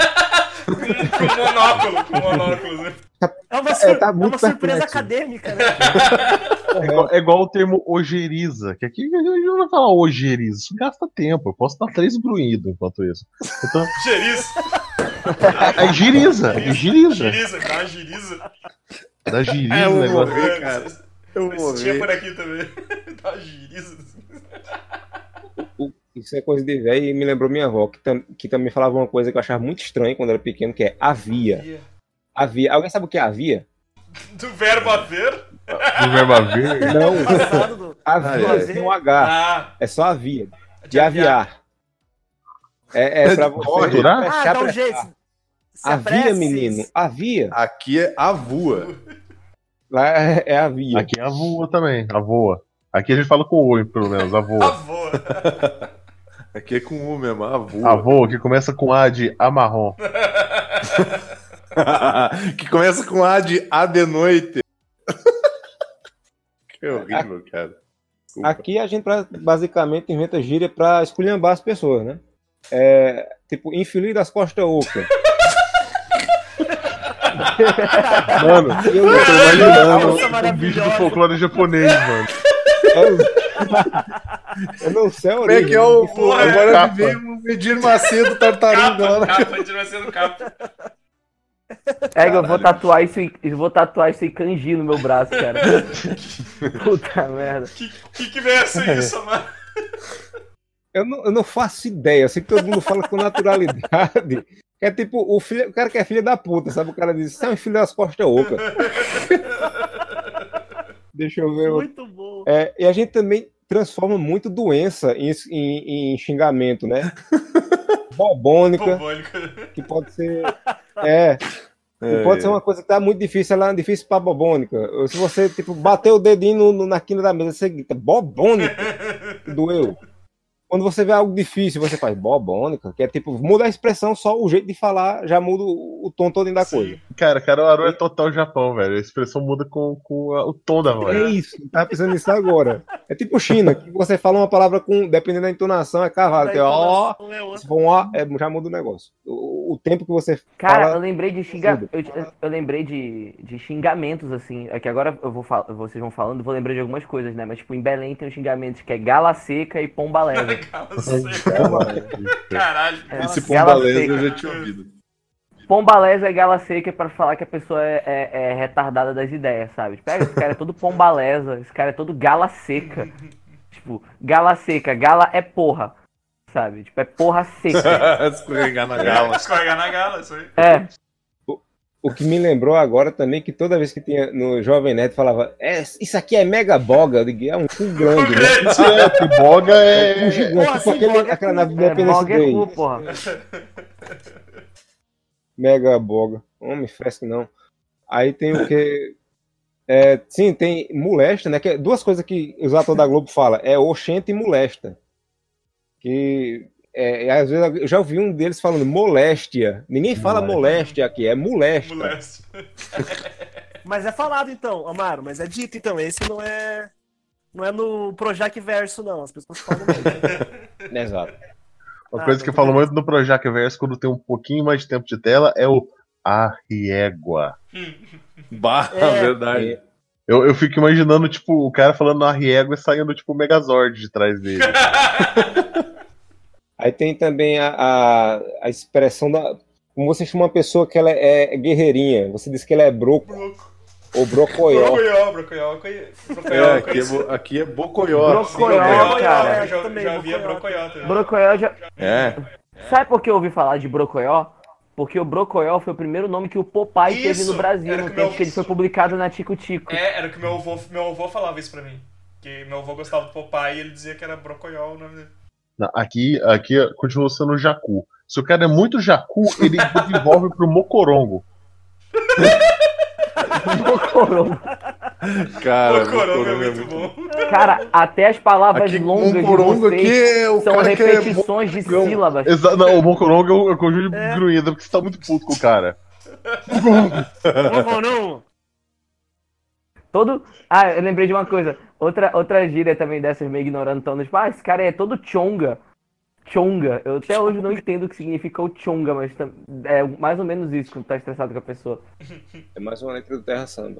monóculo, né? É uma, tá é muito uma surpresa perplexo. acadêmica, né? É igual o termo ojeriza, que aqui a gente não vai falar ojeriza, isso gasta tempo. Eu posso dar 3 grunhidos enquanto isso. Então, Geriz. é giriza, é giriza. Giriza, dá uma giriza. Da giriza, eu o vou negócio. morrer, cara. Eu vou Mas tinha por morrer. aqui também. Dá uma giriza. isso é coisa de velho e me lembrou minha avó, que também falava uma coisa que eu achava muito estranha quando era pequeno, que é havia. Havia. Alguém sabe o que é havia? Do verbo haver? Do verbo haver. Não, Passado do... havia sem um H. Ah, É só havia. De aviar. É É pra de você cordurar? Ah, prestar dá um pra- jeito. Se Havia, apresse. menino. Havia. Aqui é avua. Lá é havia. Aqui é a voa também, a voa. Aqui a gente fala com o oi, pelo menos, a voa. avô. Aqui é com U mesmo, avua. A voa, que começa com A de amarrom. Que começa com A de noite. Que horrível, cara. Desculpa. Aqui a gente basicamente inventa gíria pra esculhambar as pessoas, né? É, tipo, infeliz das costas oca. Mano, Eu eu tô imaginando Nossa, um bicho do maravilhosa. folclore japonês, mano. eu não sei a Como é origem. que é o. Porra, Agora capa. me veio o Medir Macedo tartaruga lá na. Capa, a gente vai sendo capa. Eu vou tatuar isso em kanji no meu braço, cara. Puta merda. Que verso é isso, mano? Eu não faço ideia. Eu sei que todo mundo fala com naturalidade. É tipo, o cara que é filho da puta, sabe? O cara diz, você é um filho das costas oca. Deixa eu ver. Muito bom. E a gente também transforma muito doença em xingamento, né? Bobônica, Bobônica. que pode ser. Que pode ser uma coisa que tá muito difícil, ela é difícil pra bobônica. Se você, tipo, bater o dedinho na quina da mesa, você grita, bobônica, doeu. Quando você vê algo difícil, você faz bobônica, que é tipo, muda a expressão, só o jeito de falar já muda o tom todo da Sim. coisa. Cara, Caruaru é total Japão, velho. A expressão muda com o tom da voz. É isso, tá pensando nisso agora. É tipo China, que você fala uma palavra com, dependendo da entonação, é cavalo. Que é ó, É outra. se for um ó, já muda o negócio. O tempo que você Cara, fala. eu lembrei de eu lembrei de xingamentos, assim. É que agora vocês vão falando, vou lembrar de algumas coisas, né? Mas, tipo, em Belém tem os xingamentos que é gala seca e pomba lesa. Cala seca. Caralho. Esse Gala pombalesa seca. eu já tinha ouvido. Pomba lesa e gala seca é pra falar que a pessoa é retardada das ideias, sabe? Tipo, esse cara é todo pomba lesa, esse cara é todo gala seca. Tipo, gala seca, gala é porra, sabe? Tipo, é porra seca. Escorregar na gala. Escorregar na gala, isso aí. É, O que me lembrou agora também, que toda vez que tinha no Jovem Nerd falava, isso aqui é mega boga, eu digo, é um cu grande, né? Que boga Um é. gigante, Porra, tipo sim, boga é aquela cu. nave do Independence boga é Day. cu, porra. Mega boga. Homem, fresco não. Aí tem o que. Sim, tem molesta, né? Que é duas coisas que os atores da Globo falam: é oxente e molesta. Que. Às vezes eu já ouvi um deles falando moléstia. Ninguém fala moléstia aqui, é molesta. Moleste. Mas é falado então, Amaro, mas é dito então. Esse não é no Projac Verso, não. As pessoas falam mesmo. Exato. Uma coisa que eu falo muito no Projac Verso quando tem um pouquinho mais de tempo de tela é o arriégua. Bah, verdade. Eu fico imaginando, tipo, o cara falando arriégua e saindo, tipo, o Megazord de trás dele. Aí tem também a expressão da. Como você chama uma pessoa que ela é guerreirinha, você diz que ela é broco ou brocoió. Brocoió. Aqui é bocoió. Brocoió, cara. Eu já Também, via brocoió. brocoió também. Brocoió já. É. Sabe por que eu ouvi falar de brocoió? Porque o brocoió foi o primeiro nome que o Popeye teve Isso, no Brasil, era no que tempo meu- que ele foi publicado na Tico Tico. Era o que meu avô falava isso pra mim. Que meu avô gostava do Popeye e ele dizia que era brocoió o nome dele. Não, aqui continua sendo jacu. Se o cara é muito jacu, ele desenvolve pro mocorongo. Mocorongo. Cara, Mocorongo é mocorongo muito bom. Cara, até as palavras Aqui, longas de mocorongo vocês aqui é o são cara que é repetições de mocão. sílabas. Não, o mocorongo é o conjunto de grunhida, porque você tá muito puto com o cara. Não vou, não. Ah, eu lembrei de uma coisa. Outra gíria também dessas, meio ignorando, tão tipo, esse cara é todo chonga. Chonga. Eu até hoje não entendo o que significa o chonga, mas é mais ou menos isso quando tá estressado com a pessoa. É mais uma letra do Terra Samba.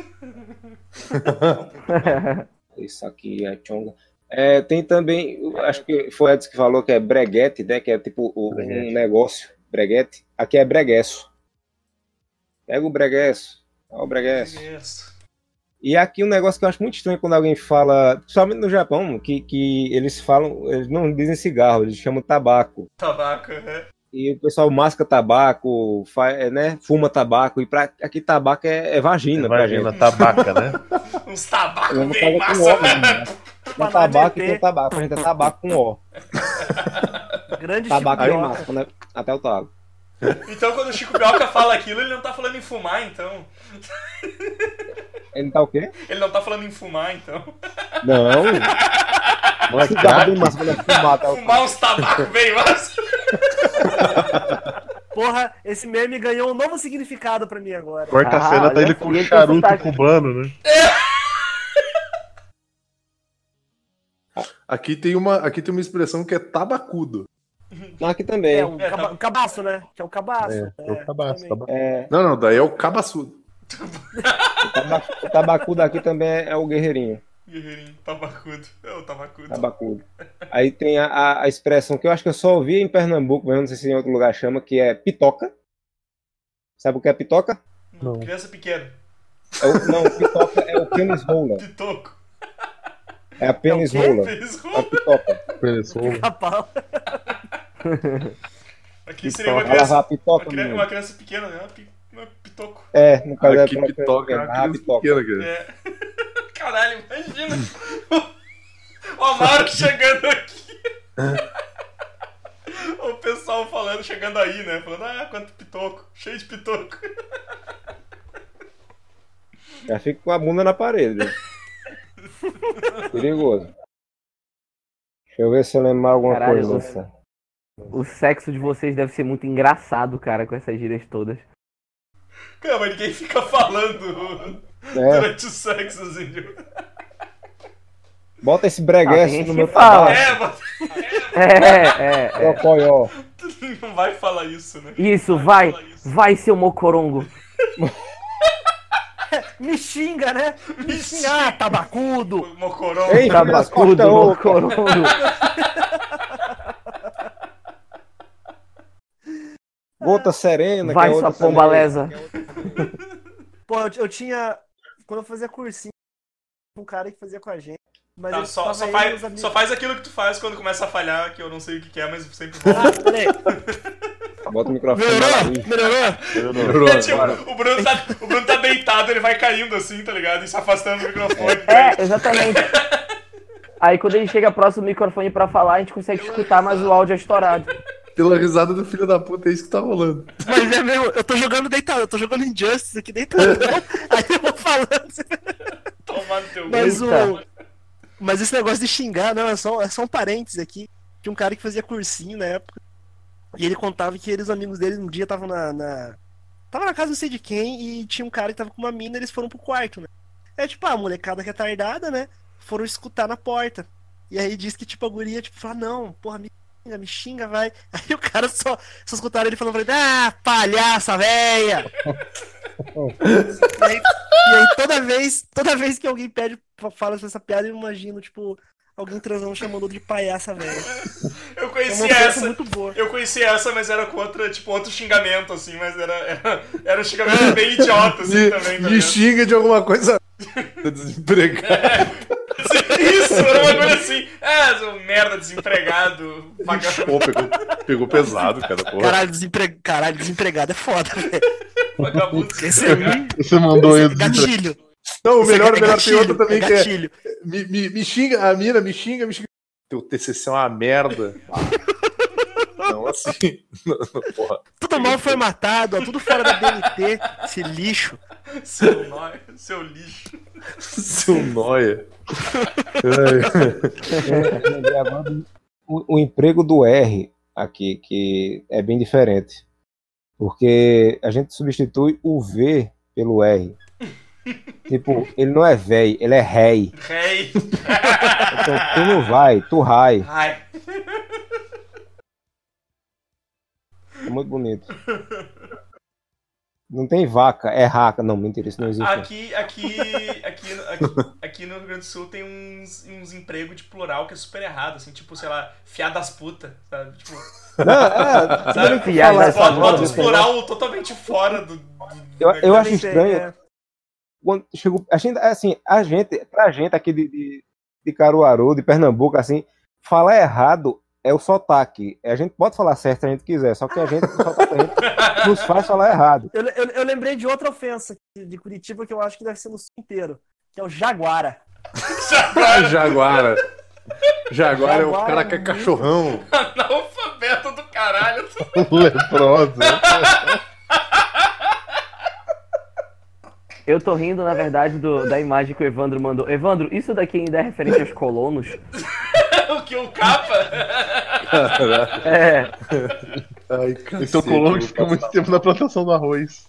Isso aqui é chonga. Tem também, acho que foi Edson que falou que é breguete, né? Que é tipo um negócio, breguete. Aqui é breguesso. Pega o breguesso. Olha o breguesso. E aqui um negócio que eu acho muito estranho quando alguém fala, principalmente no Japão, que eles falam, eles não dizem cigarro, eles chamam tabaco. Tabaco, né? E o pessoal masca tabaco, fuma tabaco, e aqui tabaco é vagina pra gente. Vagina, tabaca, né? Uns tabacos Eu bem não massa, com O, né? Tem tabaco e tem tabaco, pra gente é tabaco com O. Grande Tabaco Chico bem Bioca. massa, né? Até o tago. Então quando o Chico Bioca fala aquilo, ele não tá falando em fumar, então. Ele tá o quê? Ele não tá falando em fumar, então. Não. Não é Cigarro bem crack? massa, quando é fumar até o tago. Fumar uns tabacos bem massa. Porra, esse meme ganhou um novo significado pra mim agora. Quarta cena tá olha ele só, com e ele tem charuto sotaque. cubano, né? Aqui tem uma expressão que é tabacudo. Não, aqui também. É um cabaço, né? Que é um cabaço. É o cabaço, também. tabaco. Não, daí é o cabaçudo. O tabacu daqui também é o guerreirinho. Guerreirinho, tabacudo. É o tabacudo. Tabacudo. Aí tem a expressão que eu acho que eu só ouvi em Pernambuco, mas eu não sei se em outro lugar chama, que é pitoca. Sabe o que é pitoca? Não, criança pequena. Não, pitoca é o pênis roller. Pitoco. É a pênis É o quê? roller. Fez É a roupa. pitoca. Pessoa. Capau. Aqui seria uma Vai lavar a criança, pitoca, uma menino. criança pequena, né? Uma pitoco. No caso Aqui é uma pitoca é uma criança criança pitoca. pequena, cara. É. Caralho, imagina. O Amaro chegando aqui. O pessoal falando, chegando aí, né? Falando, quanto pitoco. Cheio de pitoco. Já fica com a bunda na parede. Perigoso. Deixa eu ver se eu lembro mais alguma Caralho, coisa. O sexo de vocês deve ser muito engraçado, cara, com essas gírias todas. Cara, mas ninguém fica falando durante o sexo, assim. Tipo. Bota esse Ah, breguesso tem no gente meu que fala. tabaco. É. Coió. Não vai falar isso, né? Isso, vai, seu mocorongo. Me xinga, né? Me xinga. Ah, tabacudo. Mocoron. Ei, Tabacudo, Costas, ô. mocorongo. Gota serena. Vai, que é sua outra pombalesa. Pô, eu tinha. Quando eu fazia cursinho, um cara que fazia com a gente. Mas Tá, ele só, tava só, ele e faz, os amigos. só faz aquilo que tu faz quando começa a falhar, que eu não sei o que é, mas sempre vou. Ah, peraí. Bota o microfone na nariz. Melhorou? Tipo, o Bruno tá deitado, ele vai caindo assim, tá ligado? E se afastando do microfone. Exatamente. Aí quando ele chega próximo do microfone pra falar, a gente consegue escutar, mas o áudio é estourado. Pela risada do filho da puta, é isso que tá rolando. Mas é mesmo, eu tô jogando deitado, eu tô jogando Injustice aqui deitado. Aí eu vou falando. Toma no teu Mas Eita. Mas esse negócio de xingar, não, é só um parênteses aqui. Tinha um cara que fazia cursinho na época. E ele contava que eles, os amigos dele, um dia estavam tava na casa não sei de quem, e tinha um cara que tava com uma mina, e eles foram pro quarto, né? É tipo, a molecada retardada, né? Foram escutar na porta. E aí diz que, tipo, a guria, tipo, fala, não, porra, me xinga, vai. Aí o cara só escutaram ele falando pra ele, palhaça, véia! E aí toda vez que alguém fala essa piada, eu imagino, tipo, alguém transando chamando de palhaça, velho. Eu É uma conheci ofensa essa. muito boa. Eu conheci essa, mas era com outra, tipo, outro xingamento, assim, mas era um xingamento bem idiota, assim, também. Tá Me ligado? xinga de alguma coisa. Tá desempregado. Isso, era uma coisa assim. Seu merda, desempregado, vagabundo. Pô, pegou pesado, cara. Porra. Caralho, desempregado é foda, velho. Vagabundo. Esse aí, Você mandou ele. gatilho. Não, o melhor, Esse é tem outra também que é. gatilho. Me xinga, a mina me xinga. Teu TCC é uma merda. Não, assim. Não, porra. Tudo mal formatado, ó, tudo fora da BNT, esse lixo. Seu lixo. Seu nóia. Lembrei agora o emprego do R aqui, que é bem diferente. Porque a gente substitui o V pelo R. Tipo, ele não é véi, ele é rei. Rei. Então, tu não vai, tu rai. Ai. É muito bonito. Não tem vaca, é raca. Não, mentira, isso não existe. Aqui no Rio Grande do Sul tem uns empregos de plural que é super errado, assim, tipo, sei lá, fiar das putas, sabe? Tipo, Não, sabe? Fiar das Bota putas, os plural totalmente fora do eu acho Também sei, estranho. é. Quando chegou, pra gente aqui de Caruaru, de Pernambuco, assim, falar errado é o sotaque. A gente pode falar certo se a gente quiser, só que o sotaque da gente nos faz falar errado. Eu lembrei de outra ofensa de Curitiba que eu acho que deve ser no sul inteiro, que é o Jaguara. Jaguara. Jaguara é o Jaguara cara que é muito- cachorrão. analfabeto do caralho. Leprosa. Eu tô rindo, na verdade, da imagem que o Evandro mandou. Evandro, isso daqui ainda é referente aos colonos? O que? O capa? É. Ai, cacete, Então o colono eu fica vou muito passar. tempo na plantação do arroz.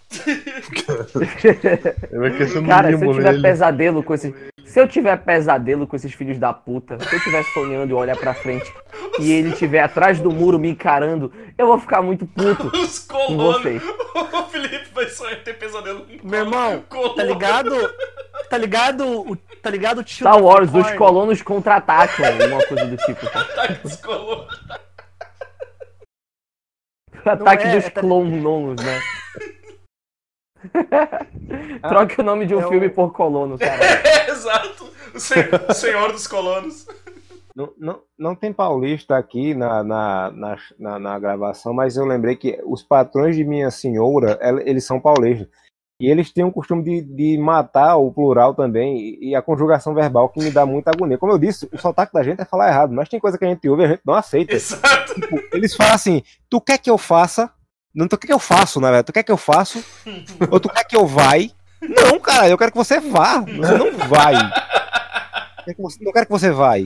Ele vai crescendo Cara, se eu mimo tiver nele. pesadelo com esses. Se eu tiver pesadelo com esses filhos da puta, se eu estiver sonhando e olhar pra frente e ele estiver atrás do muro me encarando, eu vou ficar muito puto Os com colonos. vocês. O Felipe vai sonhar ter pesadelo com Meu irmão, colono. tá ligado? Tá ligado o tio Star Wars, do os Corn? colonos contra-atacam, alguma coisa do tipo. Tá? Ataque dos colonos. Ataque é, dos tá- clonos, né? Troque o nome de um É o- filme por colono, cara. É, exato. O senhor dos colonos. Não tem paulista aqui na gravação, mas eu lembrei que os patrões de minha senhora, eles são paulistas. E eles têm o costume de matar o plural também, e a conjugação verbal que me dá muita agonia. Como eu disse, o sotaque da gente é falar errado, mas tem coisa que a gente ouve e a gente não aceita. Exato. Tipo, eles falam assim, tu quer que eu faça? Não, tu quer que eu faço, na verdade. Tu quer que eu faço? Ou tu quer que eu vai? Não, cara, eu quero que você vá. Você não vai. Não quero que você vai.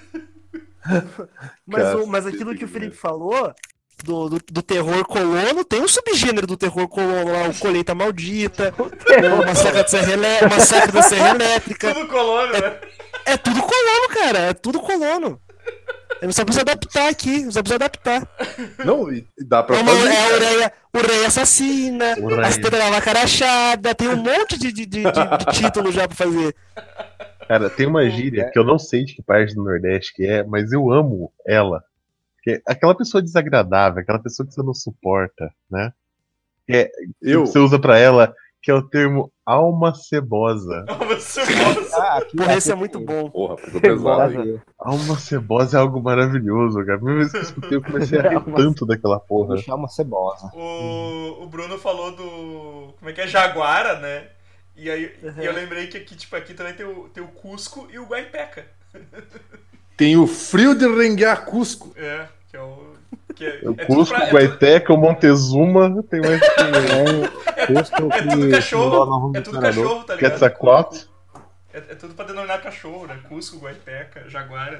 Mas aquilo que o Felipe falou do terror colono, tem um subgênero do terror colono lá, o Colheita Maldita, o Massacre da Serra Elétrica. Tudo colono, né? É tudo colono, cara. É tudo colono. Eu só preciso adaptar aqui. Não, e dá pra É fazer. a Ureia Assassina, Ureia. As Pedras da Carachada, tem um monte de título já pra fazer. Cara, tem uma gíria que eu não sei de que parte do Nordeste que é, mas eu amo ela. Que é aquela pessoa desagradável, aquela pessoa que você não suporta, né? Que você usa pra ela, que é o termo alma cebosa. Você gosta. Porra, esse é muito bom. Porra, ficou pesado. hein? Alma cebosa é algo maravilhoso, cara. A primeira vez que eu escutei, eu comecei a rir Alma tanto daquela porra. Me chama cebosa. O Bruno falou do. Como é que é? Jaguara, né? E aí e eu lembrei que aqui, tipo, aqui também tem o Cusco e o Guaipeca. Tem o frio de renguear Cusco. É, que é o. Que é, O é tudo Cusco, pra- o Guaiteca, o Montezuma, tem mais que É tudo cachorro, é tudo cachorro, tá ligado? Quetzalcoatl. É tudo pra denominar cachorro, né? Cusco, Guaipeca, Jaguara.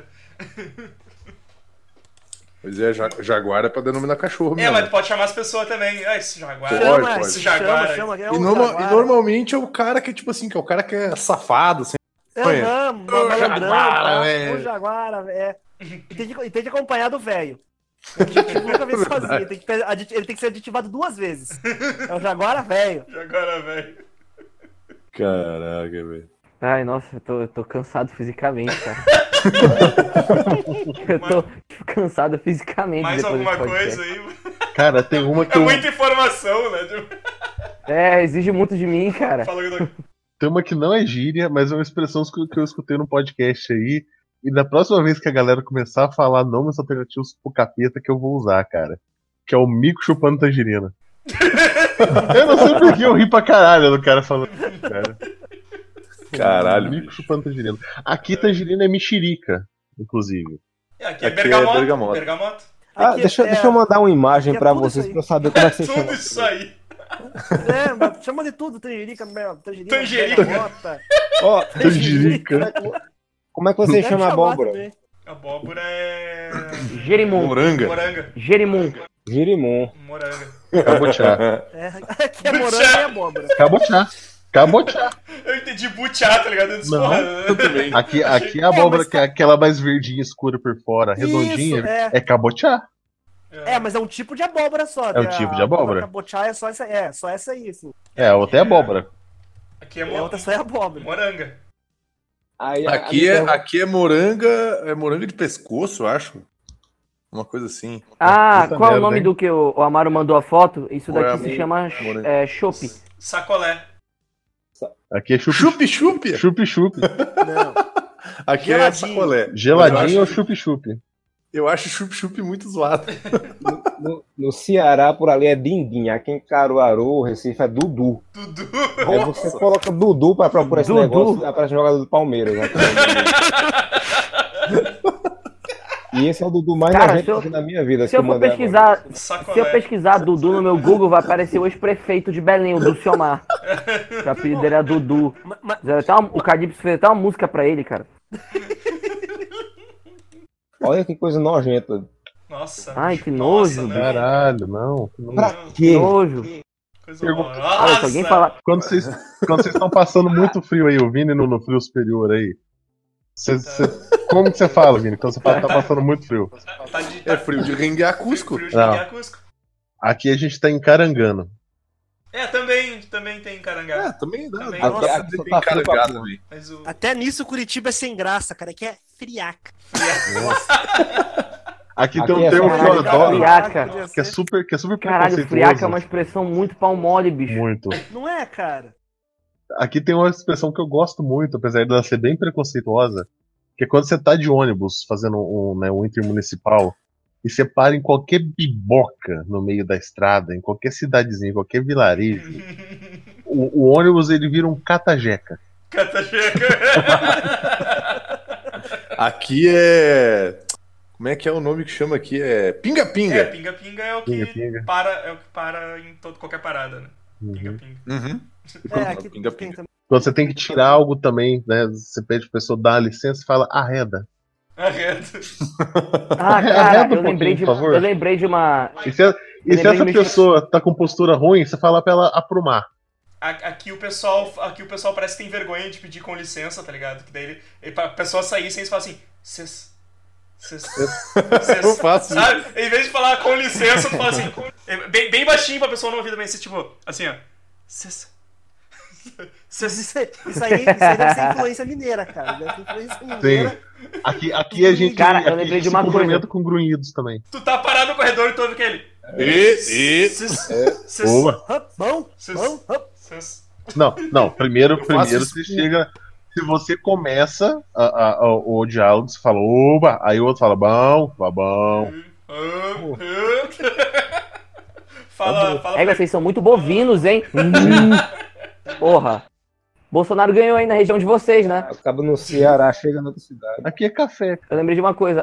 Pois é, Jaguar é pra denominar cachorro É, mesmo. mas tu pode chamar as pessoas também. Ah, esse Jaguara. Pode. Esse Jaguara. É E, um norma- Jaguara. e normalmente é o cara que, tipo assim, que é o cara que é safado, assim. Malandrão, Jaguara, tá? velho. O Jaguara, é. E tem que acompanhar do velho. A gente nunca vê sozinho. Ele tem que ser aditivado 2 vezes. É o Jaguara velho. Jaguara, velho. Caraca, velho. Ai, nossa, eu tô cansado fisicamente, cara. Eu tô cansado fisicamente. Mais depois alguma desse podcast. coisa aí? Cara, tem uma que É eu, muita informação, né? Tipo, É, exige muito de mim, cara. fala aí, tem uma que não é gíria, mas é uma expressão que eu escutei no podcast aí. E da próxima vez que a galera começar a falar nomes alternativos pro capeta que eu vou usar, cara. Que é o mico chupando tangerina. Eu não sei porque eu ri pra caralho do cara falando isso, cara. Caralho. Mico chupando tangerina. Aqui tangerina é mexerica, inclusive. Aqui é Aqui é bergamota. bergamota. Bergamota. Aqui Deixa é- eu mandar uma imagem aqui é pra tudo vocês isso aí. pra eu saber como é que vocês Tudo chamam. isso aí. É, mas chama de tudo, tangerica, Tangerica. bergamota, Ó, Tanjerica. como é que vocês deve chamam a chamar abóbora? também. Abóbora é. Jerimum. Moranga. Moranga. Jerimum. Girimum. Moranga. Cabochá. É, aqui é morango e abóbora. Cabochá. Cabotear. Eu entendi butear, tá ligado? Eu disse, Não, porra, Eu também. Aqui a abóbora, que é aquela mais verdinha escura por fora, redondinha, Isso, é. é cabotear. É, mas é um tipo de abóbora só. É um tipo de abóbora. Cabotiá é só essa aí, assim. É, a outra é abóbora. Aqui é A outra só é abóbora. moranga. Aí, Aqui é moranga de pescoço, eu acho. Uma coisa assim. Ah, Puta qual é o merda, nome hein? do que o Amaro mandou a foto? Isso Qual é daqui a- se chama Morango. chopp. Sacolé. Aqui é chup-chup. Chup-chup? Chup-chup. Não. Aqui é Geladinho. sacolé. Geladinho ou Eu acho- chup-chup? Eu acho chup-chup muito zoado. no Ceará, por ali é Dindim. Aqui em Caruaru, Recife, é Dudu. Dudu. Aí você coloca Dudu pra procurar esse Dudu. negócio, aparece um jogador do Palmeiras. Né? E esse é o Dudu mais Cara, nojento se eu- que eu vi na minha vida. Se eu for pesquisar, Sacolé. se eu pesquisar Dudu no meu Google, vai aparecer o ex-prefeito de Belém, o Dulciomar. Que o apelido dele é Dudu. Mas- O Cadipso fez até uma música pra ele, cara. Olha que coisa nojenta. Nossa. Ai, que Nossa, nojo, não. Caralho, não. Pra Não. quê? Nojo. Coisa Pergunta- horrorosa. Olha, se alguém falar. Quando vocês estão passando muito frio aí, o Vini no frio superior aí. Como que você fala, Vini? Quando você fala que tá passando muito frio. Tá de, É frio de renguear Cusco. Frio de Não. Renguear Cusco. Aqui a gente tá encarangando. Também tem Carangá. Também dá. Também. Dá Aqui- pra aqui fazer só bem tá frio pra carregado porra. também. Mas o. Até nisso Curitiba é sem graça, cara. Que é friaca. Aqui Aqui tem um é termo que eu caralho, adoro, friaca. que é super Caralho, preconceituoso. friaca é uma expressão muito pau mole, bicho. Muito. Não é, cara? Aqui tem uma expressão que eu gosto muito, apesar dela ser bem preconceituosa, que é quando você tá de ônibus fazendo um intermunicipal e você para em qualquer biboca no meio da estrada, em qualquer cidadezinha, em qualquer vilarejo, o ônibus ele vira um catajeca. Catajeca. Aqui é. Como é que é o nome que chama aqui? É pinga-pinga. Pinga-pinga é o que Pinga-pinga. para em qualquer parada, né? Pinga-pinga. Uhum. É, aqui tem Pinga-pinga. também. Quando você tem que tirar algo também, né? Você pede pra pessoa dar licença e fala arreda. Arredo. Ah, Arreda cara, um pouquinho, por favor. eu lembrei de uma. E se essa pessoa tá com postura ruim, você fala pra ela aprumar. Aqui o pessoal parece que tem vergonha de pedir com licença, tá ligado? Que daí a pessoa sair sem falar assim, cês. Eu faço Sabe? Em vez de falar com licença, tu fala assim, bem baixinho pra pessoa não ouvir também, tipo, assim, ó. Cês. Isso aí deve ser influência mineira, cara. Deve ser influência mineira. Sim. Aqui a gente, Cara, eu aqui lembrei a gente de uma se coisa. cumprimenta com grunhidos também. Tu tá parado no corredor e tu ouve aquele. Boa. Bom. Não, primeiro faço isso você chega. Se você começa o diálogo, você fala, oba, aí o outro fala, bom, tá bom. Fala Vocês são muito bovinos, hein? Porra. Bolsonaro ganhou aí na região de vocês, né? Acaba no Ceará, chega na outra cidade. Aqui é café. Eu lembrei de uma coisa,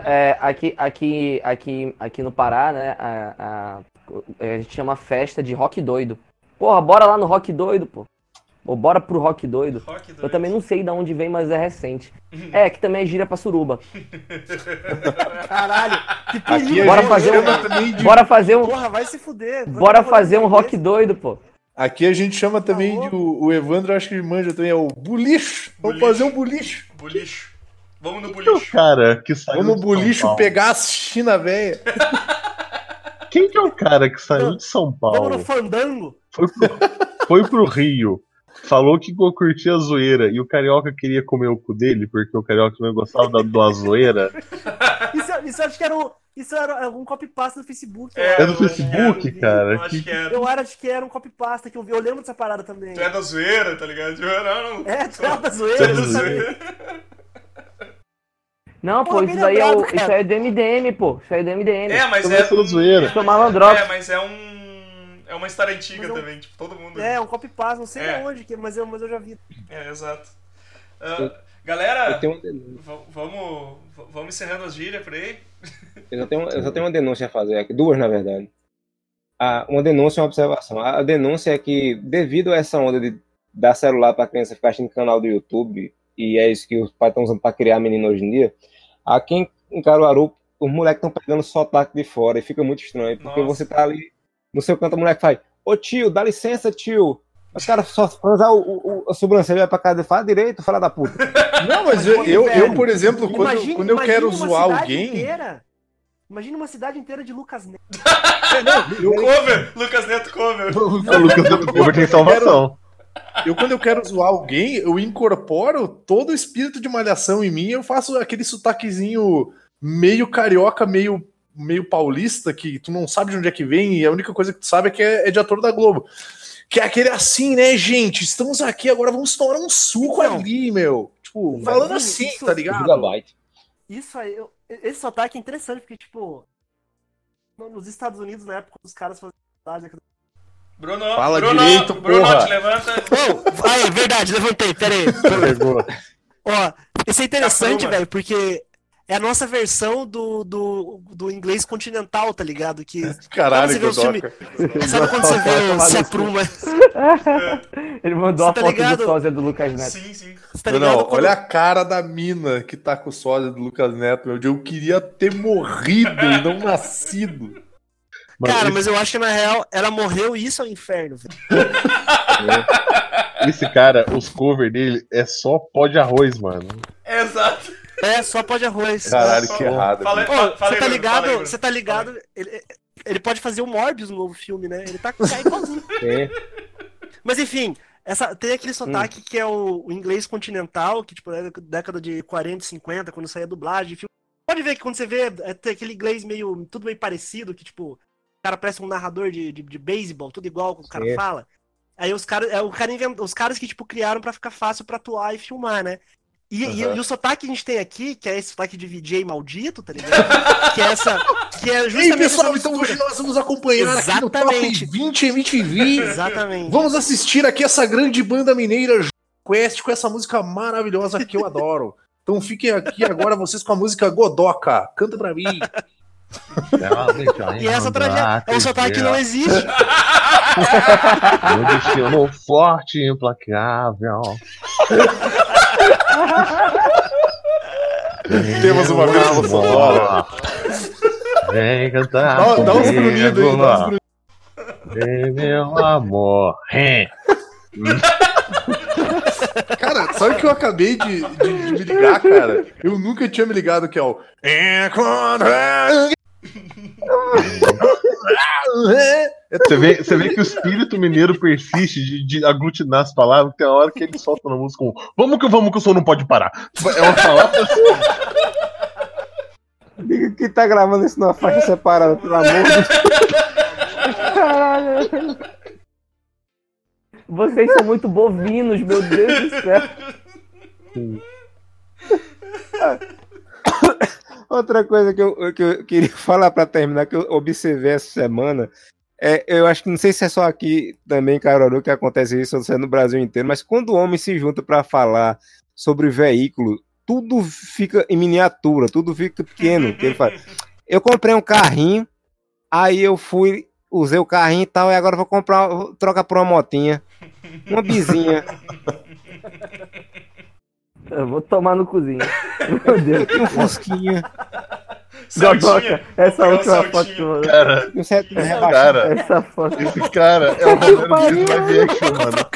aqui no Pará, né, a gente chama festa de rock doido. Porra, bora lá no rock doido, pô. Ou bora pro rock doido. Rock doido. Eu também não sei de onde vem, mas é recente. É, que também é gíria pra suruba. Caralho, que Aqui perigo. a Bora gente fazer chama um- também de. Bora fazer um, Porra, vai se fuder. bora fazer um rock doido, pô. Aqui a gente chama também de. O Evandro, acho que manja também, é o bulicho. Vamos Bulicho. fazer um bulicho. Bulicho. Vamos no O bulicho. cara que saiu Vamos de São bulicho Paulo. pegar a China velha. Quem que é o cara que saiu de São Vamos Paulo, no fandango. foi pro Rio, falou que curtia a zoeira e o carioca queria comer o cu dele porque o carioca não gostava da zoeira? Isso eu acho que era algum copy-pasta do Facebook. É, É do eu Facebook, acho cara. Eu acho que era. Eu acho que era um copy-pasta que eu vi. Eu lembro dessa parada também. Tu é da zoeira, tá ligado? Não. É, tu é da Tu é zoeira. da exatamente. zoeira. Não, pô, Porra, isso bem aí lembrado, isso cara. aí é do MDM, pô. Isso aí é do MDM. É, mas Também sou zoeira. Isso é malandrox. É, mas é uma história antiga Mas é um- também, tipo, todo mundo. É, um copy-pasta. Não sei É. de onde, mas eu já vi. É, exato. Galera, Eu tenho uma denúncia. vamos encerrando as gírias por aí. Eu só tenho uma denúncia a fazer aqui, duas na verdade. Uma denúncia e uma observação. A denúncia é que, devido a essa onda de dar celular para a criança ficar assistindo canal do YouTube, e é isso que os pais estão usando para criar menino hoje em dia, aqui em Caruaru, os moleques estão pegando sotaque de fora e fica muito estranho, porque Nossa. você tá ali no seu canto, o moleque faz: ô tio, dá licença, tio. Os caras só usar a sobrancelha pra cada fala direito, fala da puta. Não, mas eu, por exemplo, quando eu quero zoar alguém. Imagina uma cidade inteira de Lucas Neto. Cover! Lucas Neto cover. O Lucas Neto Cover tem salvação. Quando eu quero zoar alguém, eu incorporo todo o espírito de malhação em mim, eu faço aquele sotaquezinho meio carioca, meio paulista, que tu não sabe de onde é que vem, e a única coisa que tu sabe é que é de ator da Globo. Que é aquele assim, né, gente? Estamos aqui, agora vamos tomar um suco ali, meu. Tipo, falando assim, tá ligado? Gigabyte. Isso aí, esse sotaque é interessante, porque, tipo, nos Estados Unidos, na época, os caras faziam... Bruno, fala direito, Bruno, porra. te levanta. É verdade, levantei, peraí. Ó, isso é interessante, velho, porque é a nossa versão do inglês continental, tá ligado? Que Caralho, você vê o filme, sabe quando você vê o Se Apruma? Ele mandou Você a tá foto ligado? do sósia do Lucas Neto. Sim. Você tá ligado? Não, olha a cara da mina que tá com o sósia do Lucas Neto, meu. Eu queria ter morrido e não nascido. Cara, mas eu acho que na real ela morreu e isso é o inferno, velho. Esse cara, os covers dele é só pó de arroz, mano. Exato. É, só pó de arroz. Caralho, que errado. Fala- velho. Você tá Bruno, ligado? fala aí, Bruno. Você tá ligado? Ele pode fazer o Morbius no novo filme, né? Ele tá igualzinho. É. Mas enfim, tem aquele sotaque que é o inglês continental, que tipo, é da década de 40, 50, quando saía dublagem. Filme. Pode ver que quando você vê, tem aquele inglês tudo meio parecido, que tipo, o cara parece um narrador de beisebol, tudo igual que o cara fala. Aí os caras os caras que tipo criaram pra ficar fácil pra atuar e filmar, né? E o sotaque que a gente tem aqui, que é esse sotaque de VJ maldito, tá ligado? que é justamente. Ei, pessoal, essa então mistura. hoje nós vamos acompanhar aqui no Top Exatamente. 20 MTV. Exatamente. Vamos assistir aqui essa grande banda mineira Quest com essa música maravilhosa que eu adoro. Então fiquem aqui agora vocês com a música Godoka. Canta pra mim. E essa tragédia é um sotaque que não existe. Um destino forte e implacável. Temos uma vírgula sonora. Vem cantar. Dá uns grunhidos aí, dá uns grunhidos. Vem, meu amor. Cara, sabe que eu acabei de me ligar, cara? Eu nunca tinha me ligado que é o. Você vê que o espírito mineiro persiste de aglutinar as palavras, tem a hora que ele solta na música com vamos que o som não pode parar. É uma palavra assim. Diga que tá gravando isso numa faixa separada, pelo amor de Deus. Caralho. Vocês são muito bovinos, meu Deus do céu. Outra coisa que eu queria falar pra terminar, que eu observei essa semana, eu acho que não sei se é só aqui também, Caruaru, que acontece isso, ou se é no Brasil inteiro, mas quando o homem se junta pra falar sobre veículo, tudo fica em miniatura, tudo fica pequeno. Que ele fala, eu comprei um carrinho, aí eu usei o carrinho e tal, e agora vou trocar por uma motinha, uma bizinha. Eu vou tomar no cozinho. Meu Deus. Um fusquinha. Godoka, essa última foto. Cara, Essa foto. esse cara é o Romero Brito live action, mano.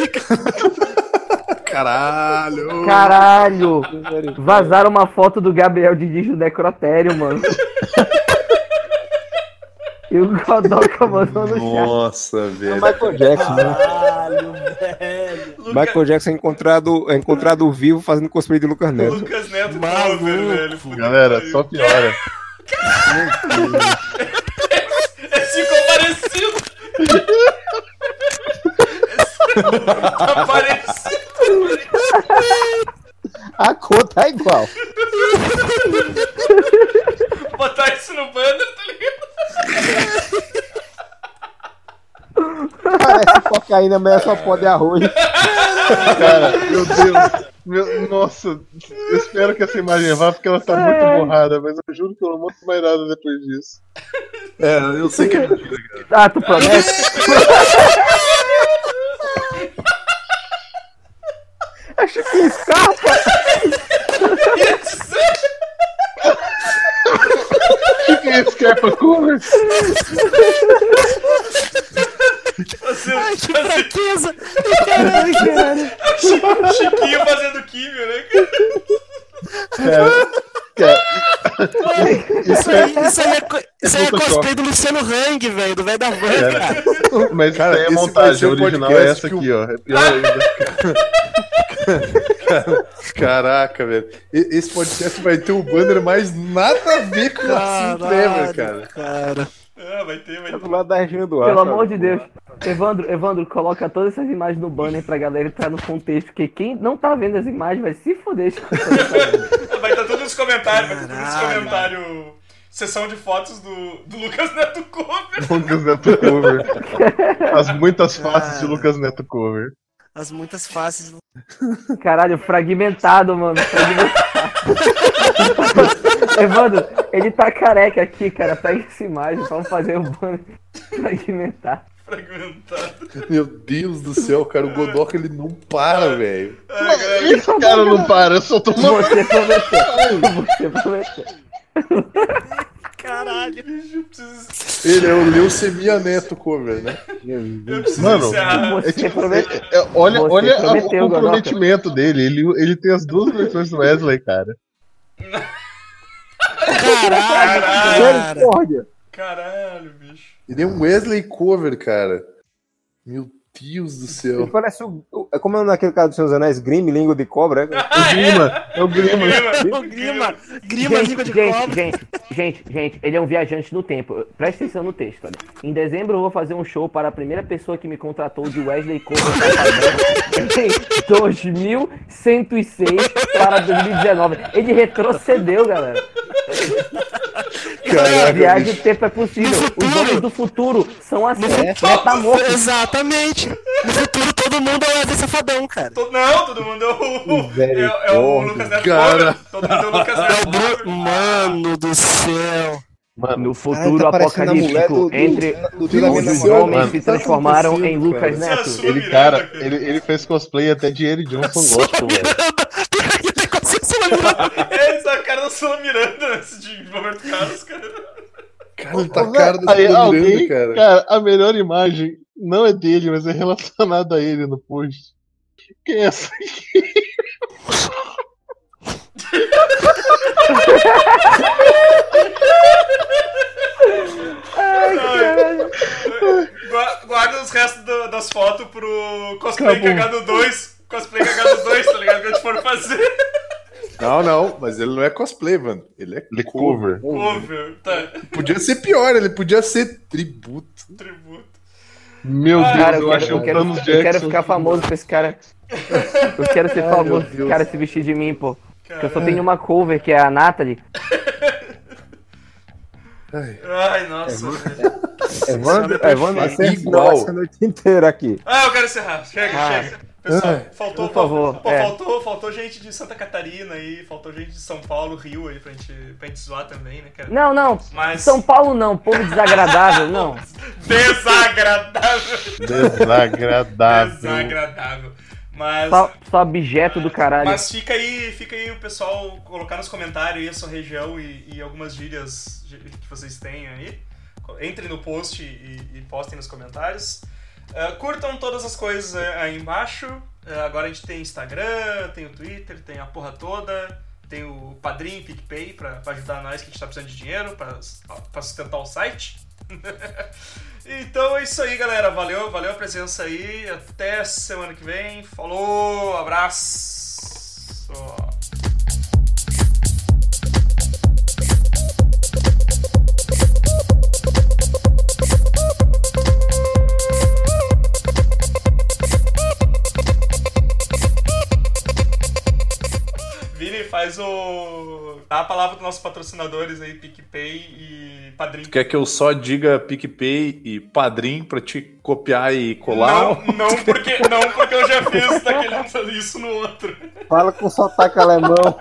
Caralho! Caralho! Vazaram uma foto do Gabriel Diniz no necrotério, mano. E o Godoka mandou no chat. Nossa, velho. Michael Jackson, né? Caralho, velho. Michael Jackson é encontrado vivo fazendo cosplay de Lucas Neto. Lucas Neto Maluco. cover, velho. Galera, só piora. Esse ficou parecido. Tá parecido. A cor tá igual. Botar isso no banner, tá ligado? Parece cocaína, mas é só pó de arroz. Cara, meu Deus. Nossa, eu espero que essa imagem vá, porque ela tá muito borrada, mas eu juro que eu não mostro mais nada depois disso. É, eu sei que é mentira, cara. Ah, tu promete? Acho que escapa. O que é esse Scarpa Cover? Que fraqueza! Caralho. Chiquinho fazendo químio, né? Isso aí é cosplay do Luciano Hang, velho, do velho da van, cara. Mas Cara, isso aí é esse vai montagem, ser a o original podcast é essa que o- aqui, ó. É pior ainda. Caraca, velho. Esse podcast vai ter o banner mais nada a ver com o assunto ever, cara. Cara. Vai ter. Tá do lado da Regina Duarte. Pelo amor ó. de Deus. Evandro, coloca todas essas imagens no banner pra galera entrar no contexto, porque quem não tá vendo as imagens vai se foder. Vai estar tudo nos comentários, vai estar tudo nos Caralho. comentários. Sessão de fotos do Lucas Neto Cover. Lucas Neto Cover. As muitas faces de Lucas Neto Cover. As muitas faces. Caralho, fragmentado, mano. Evandro, ele tá careca aqui, cara. Pega essa imagem, vamos fazer o banner fragmentado. Fragmentado. Meu Deus do céu, cara. O Godoka, ele não para, velho. Ai, galera, Esse cara não para, eu só tô tomando. Você prometeu. Caralho. eu preciso, Ele é o Leucemia Neto cover, né? eu preciso Mano, encerrar. Você prometeu. Olha, Você olha prometeu, o comprometimento dele. Ele tem as duas versões do Wesley, cara. Caralho, cara. Caralho, bicho. Ele é um Wesley cover, cara. Meu Deus do Ele céu. parece o. Como é o naquele cara dos Seus Anéis? Grim, língua de cobra? É? É o Grima. O Grima, língua de cobra. Gente, ele é um viajante no tempo. Presta atenção no texto, olha. Em dezembro eu vou fazer um show para a primeira pessoa que me contratou de Wesley Cover em 2106 para 2019. Ele retrocedeu, galera. Caraca, Viagem do tempo é possível. Os homens do futuro são assim. Tá morto. Exatamente. No futuro todo mundo é o Wesley Safadão, cara. Não, todo mundo é o Misericórdia. Lucas Neto Cara. Cover. Todo mundo é o Lucas Neto Cover. Mano do céu. No futuro tá parecendo a mulher apocalíptico, entre do dia da minha onde os namorada. homens se Tá transformaram em acontecendo, Lucas Você Neto. assume, Ele, cara, ele fez cosplay até de Eric Johnson gospel, velho. Essa é a cara da Sula Miranda antes de Roberto Carlos, cara. Cara, ele tá cara do Aí, Miranda, alguém, cara. cara, a melhor imagem não é dele, mas é relacionada a ele no post. Que é essa aqui? Guarda os restos das fotos pro cosplay Acabou. cagado 2. Cosplay cagado 2, tá ligado? Que a gente for fazer. Não, mas ele não é cosplay, mano. Ele é Ele é cover. Cover, tá. Podia ser pior, ele podia ser tributo. Tributo. Meu Deus, Cara, eu achei um Thanos eu quero Jackson. ficar famoso com esse cara. Eu quero ser famoso meu com esse Deus. cara se vestir de mim, pô. Porque eu só tenho uma cover, que é a Natalie. Ai, nossa. velho. Evandro É assiste igual. essa noite inteira aqui. Ah, eu quero encerrar. Chega. Pessoal, faltou, por favor, faltou gente de Santa Catarina aí, faltou gente de São Paulo, Rio aí pra gente zoar também, né, cara? Não. Mas- São Paulo não, povo desagradável, não. Desagradável. Desagradável. Mas, Só objeto do caralho. mas fica aí o pessoal colocar nos comentários aí a sua região e algumas gírias que vocês têm aí. Entrem no post e postem nos comentários. Curtam todas as coisas aí embaixo. Agora a gente tem Instagram, tem o Twitter, tem a porra toda. Tem o Padrim, PicPay pra ajudar nós que a gente tá precisando de dinheiro pra sustentar o site. Então é isso aí, galera. Valeu a presença aí. Até semana que vem. Falou, abraço. Vini, dá a palavra dos nossos patrocinadores aí, PicPay e Padrim. Tu quer que eu só diga PicPay e Padrim pra te copiar e colar? Não, porque eu já fiz isso no outro. Fala com sotaque alemão.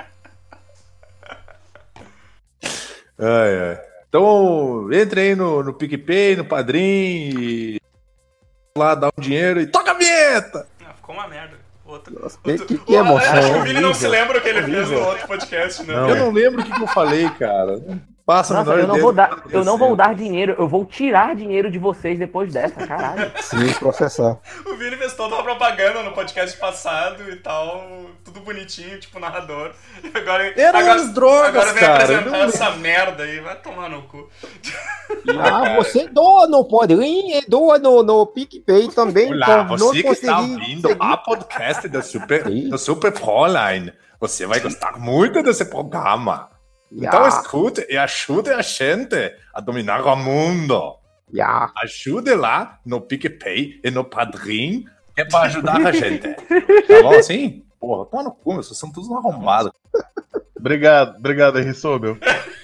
Ai. Então, entre aí no PicPay, no Padrim e lá, dá um dinheiro e toca a vinheta! Ficou uma merda. Nossa, que emoção. Acho que o Vini não se lembra o que ele fez no outro podcast, né? Eu não lembro o que eu falei, cara. Passa a Nossa, menor eu não ideia vou do dar, que tá eu não vou acontecendo. dar dinheiro, eu vou tirar dinheiro de vocês depois dessa, caralho. Sim, processar. O Vini fez toda uma propaganda no podcast passado e tal, tudo bonitinho, tipo narrador. E agora, Eram as drogas, agora vem cara. apresentar Não- essa merda aí, vai tomar no cu. Ah, você doa no Padrim e doa no PicPay também. Olá, então você não que está consegui ouvindo seguir. a podcast Sim. do Super Fräulein. Você vai gostar muito desse programa. Então escute e ajude a gente a dominar o mundo. Já. Ajude lá no PicPay e no Padrim, que é pra ajudar a gente. Tá bom assim? Porra, toma no cu, vocês são todos arrombados. Obrigado, Henry Sobel.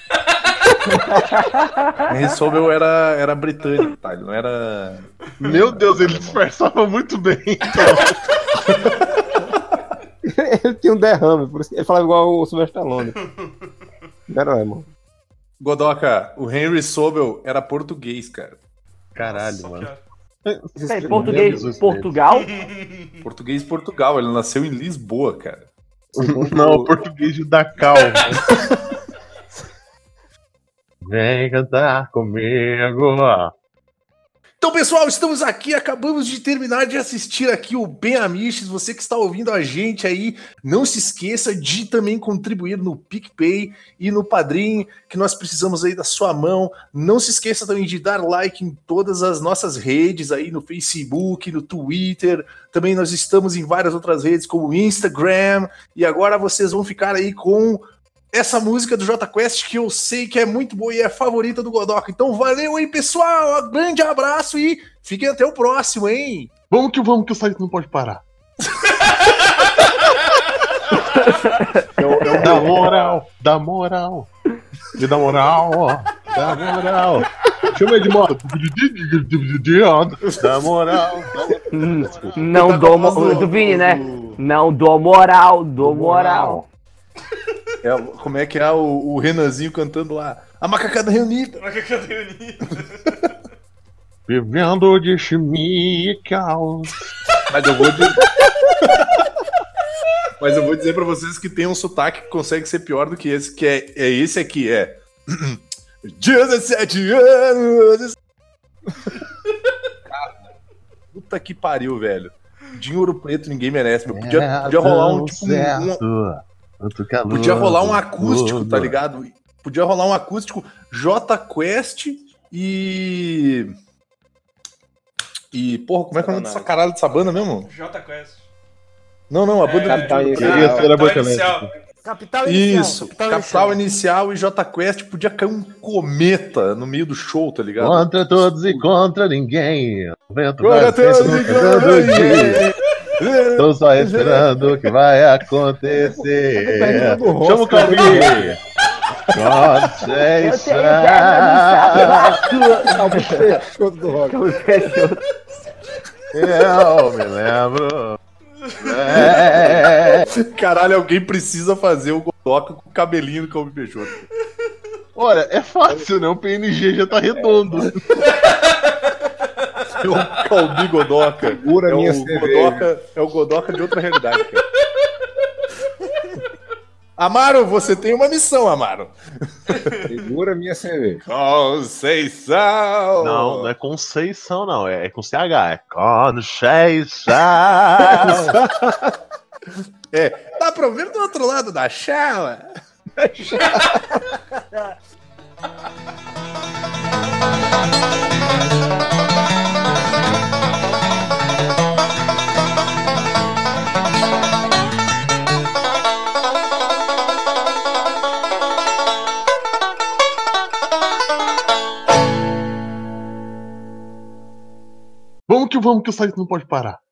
Henry Sobel era britânico, tá? Ele não era... Meu Deus, ele disfarçava muito bem. Ele tinha um derrame, por isso que ele falava igual o Sylvester Stallone. Não era, mano. Godoka, o Henry Sobel era português, cara. Caralho, Nossa, mano. cara. Peraí, português, Portugal? Português Portugal, ele nasceu em Lisboa, cara. Não, português de Dakar. Vem cantar comigo. Então, pessoal, estamos aqui, acabamos de terminar de assistir aqui o Ben Amiches. Você que está ouvindo a gente aí, não se esqueça de também contribuir no PicPay e no Padrim, que nós precisamos aí da sua mão. Não se esqueça também de dar like em todas as nossas redes aí, no Facebook, no Twitter. Também nós estamos em várias outras redes, como o Instagram. E agora vocês vão ficar aí com essa música do Jota Quest, que eu sei que é muito boa e é a favorita do Godoka. Então valeu aí, pessoal. Um grande abraço e fiquem até o próximo, hein? Vamos que o site não pode parar. Dá moral. Me dá moral, ó. Dá moral. Chama de moto. Dá moral. Não Tá dou com a voz do Vini, né? Não dou moral, dou moral. Como é que é o Renanzinho cantando lá? A macacada reunida. Mas que eu tenho unido? Vivendo de chimical. Mas eu vou dizer pra vocês que tem um sotaque que consegue ser pior do que esse, que é esse aqui, é 17 anos. Puta que pariu, velho. De Ouro Preto ninguém merece, meu. Podia rolar um tipo podia rolar um acústico, tá ligado? Podia rolar um acústico Jota Quest e porra, como é que é o nome dessa caralho dessa banda mesmo? J Quest. Não, a banda Capital do Inicial. Queria ser a Capital boca Inicial. Capital Inicial. Isso, Capital Inicial e Jota Quest, podia cair um cometa no meio do show, tá ligado? Contra todos e contra ninguém. O vento Contra vai sempre todos e contra contra todo ninguém. dia. Tô só esperando o que vai acontecer. Chama o Calvinho. Conceição. Escuta do rock. Eu me lembro. É. Caralho, alguém precisa fazer o Godoka com o cabelinho do Calbi Peixoto. Olha, é fácil, né? O PNG já tá redondo. É o Calbi Godoka. Segura minha cerveja. É o Godoka de outra realidade, cara. Amaro, você tem uma missão, Amaro. Segura minha cerveja. Conceição! Não é Conceição, não. É com CH. É Conceição. Dá pra ver do outro lado da chala? Vamos que o site não pode parar.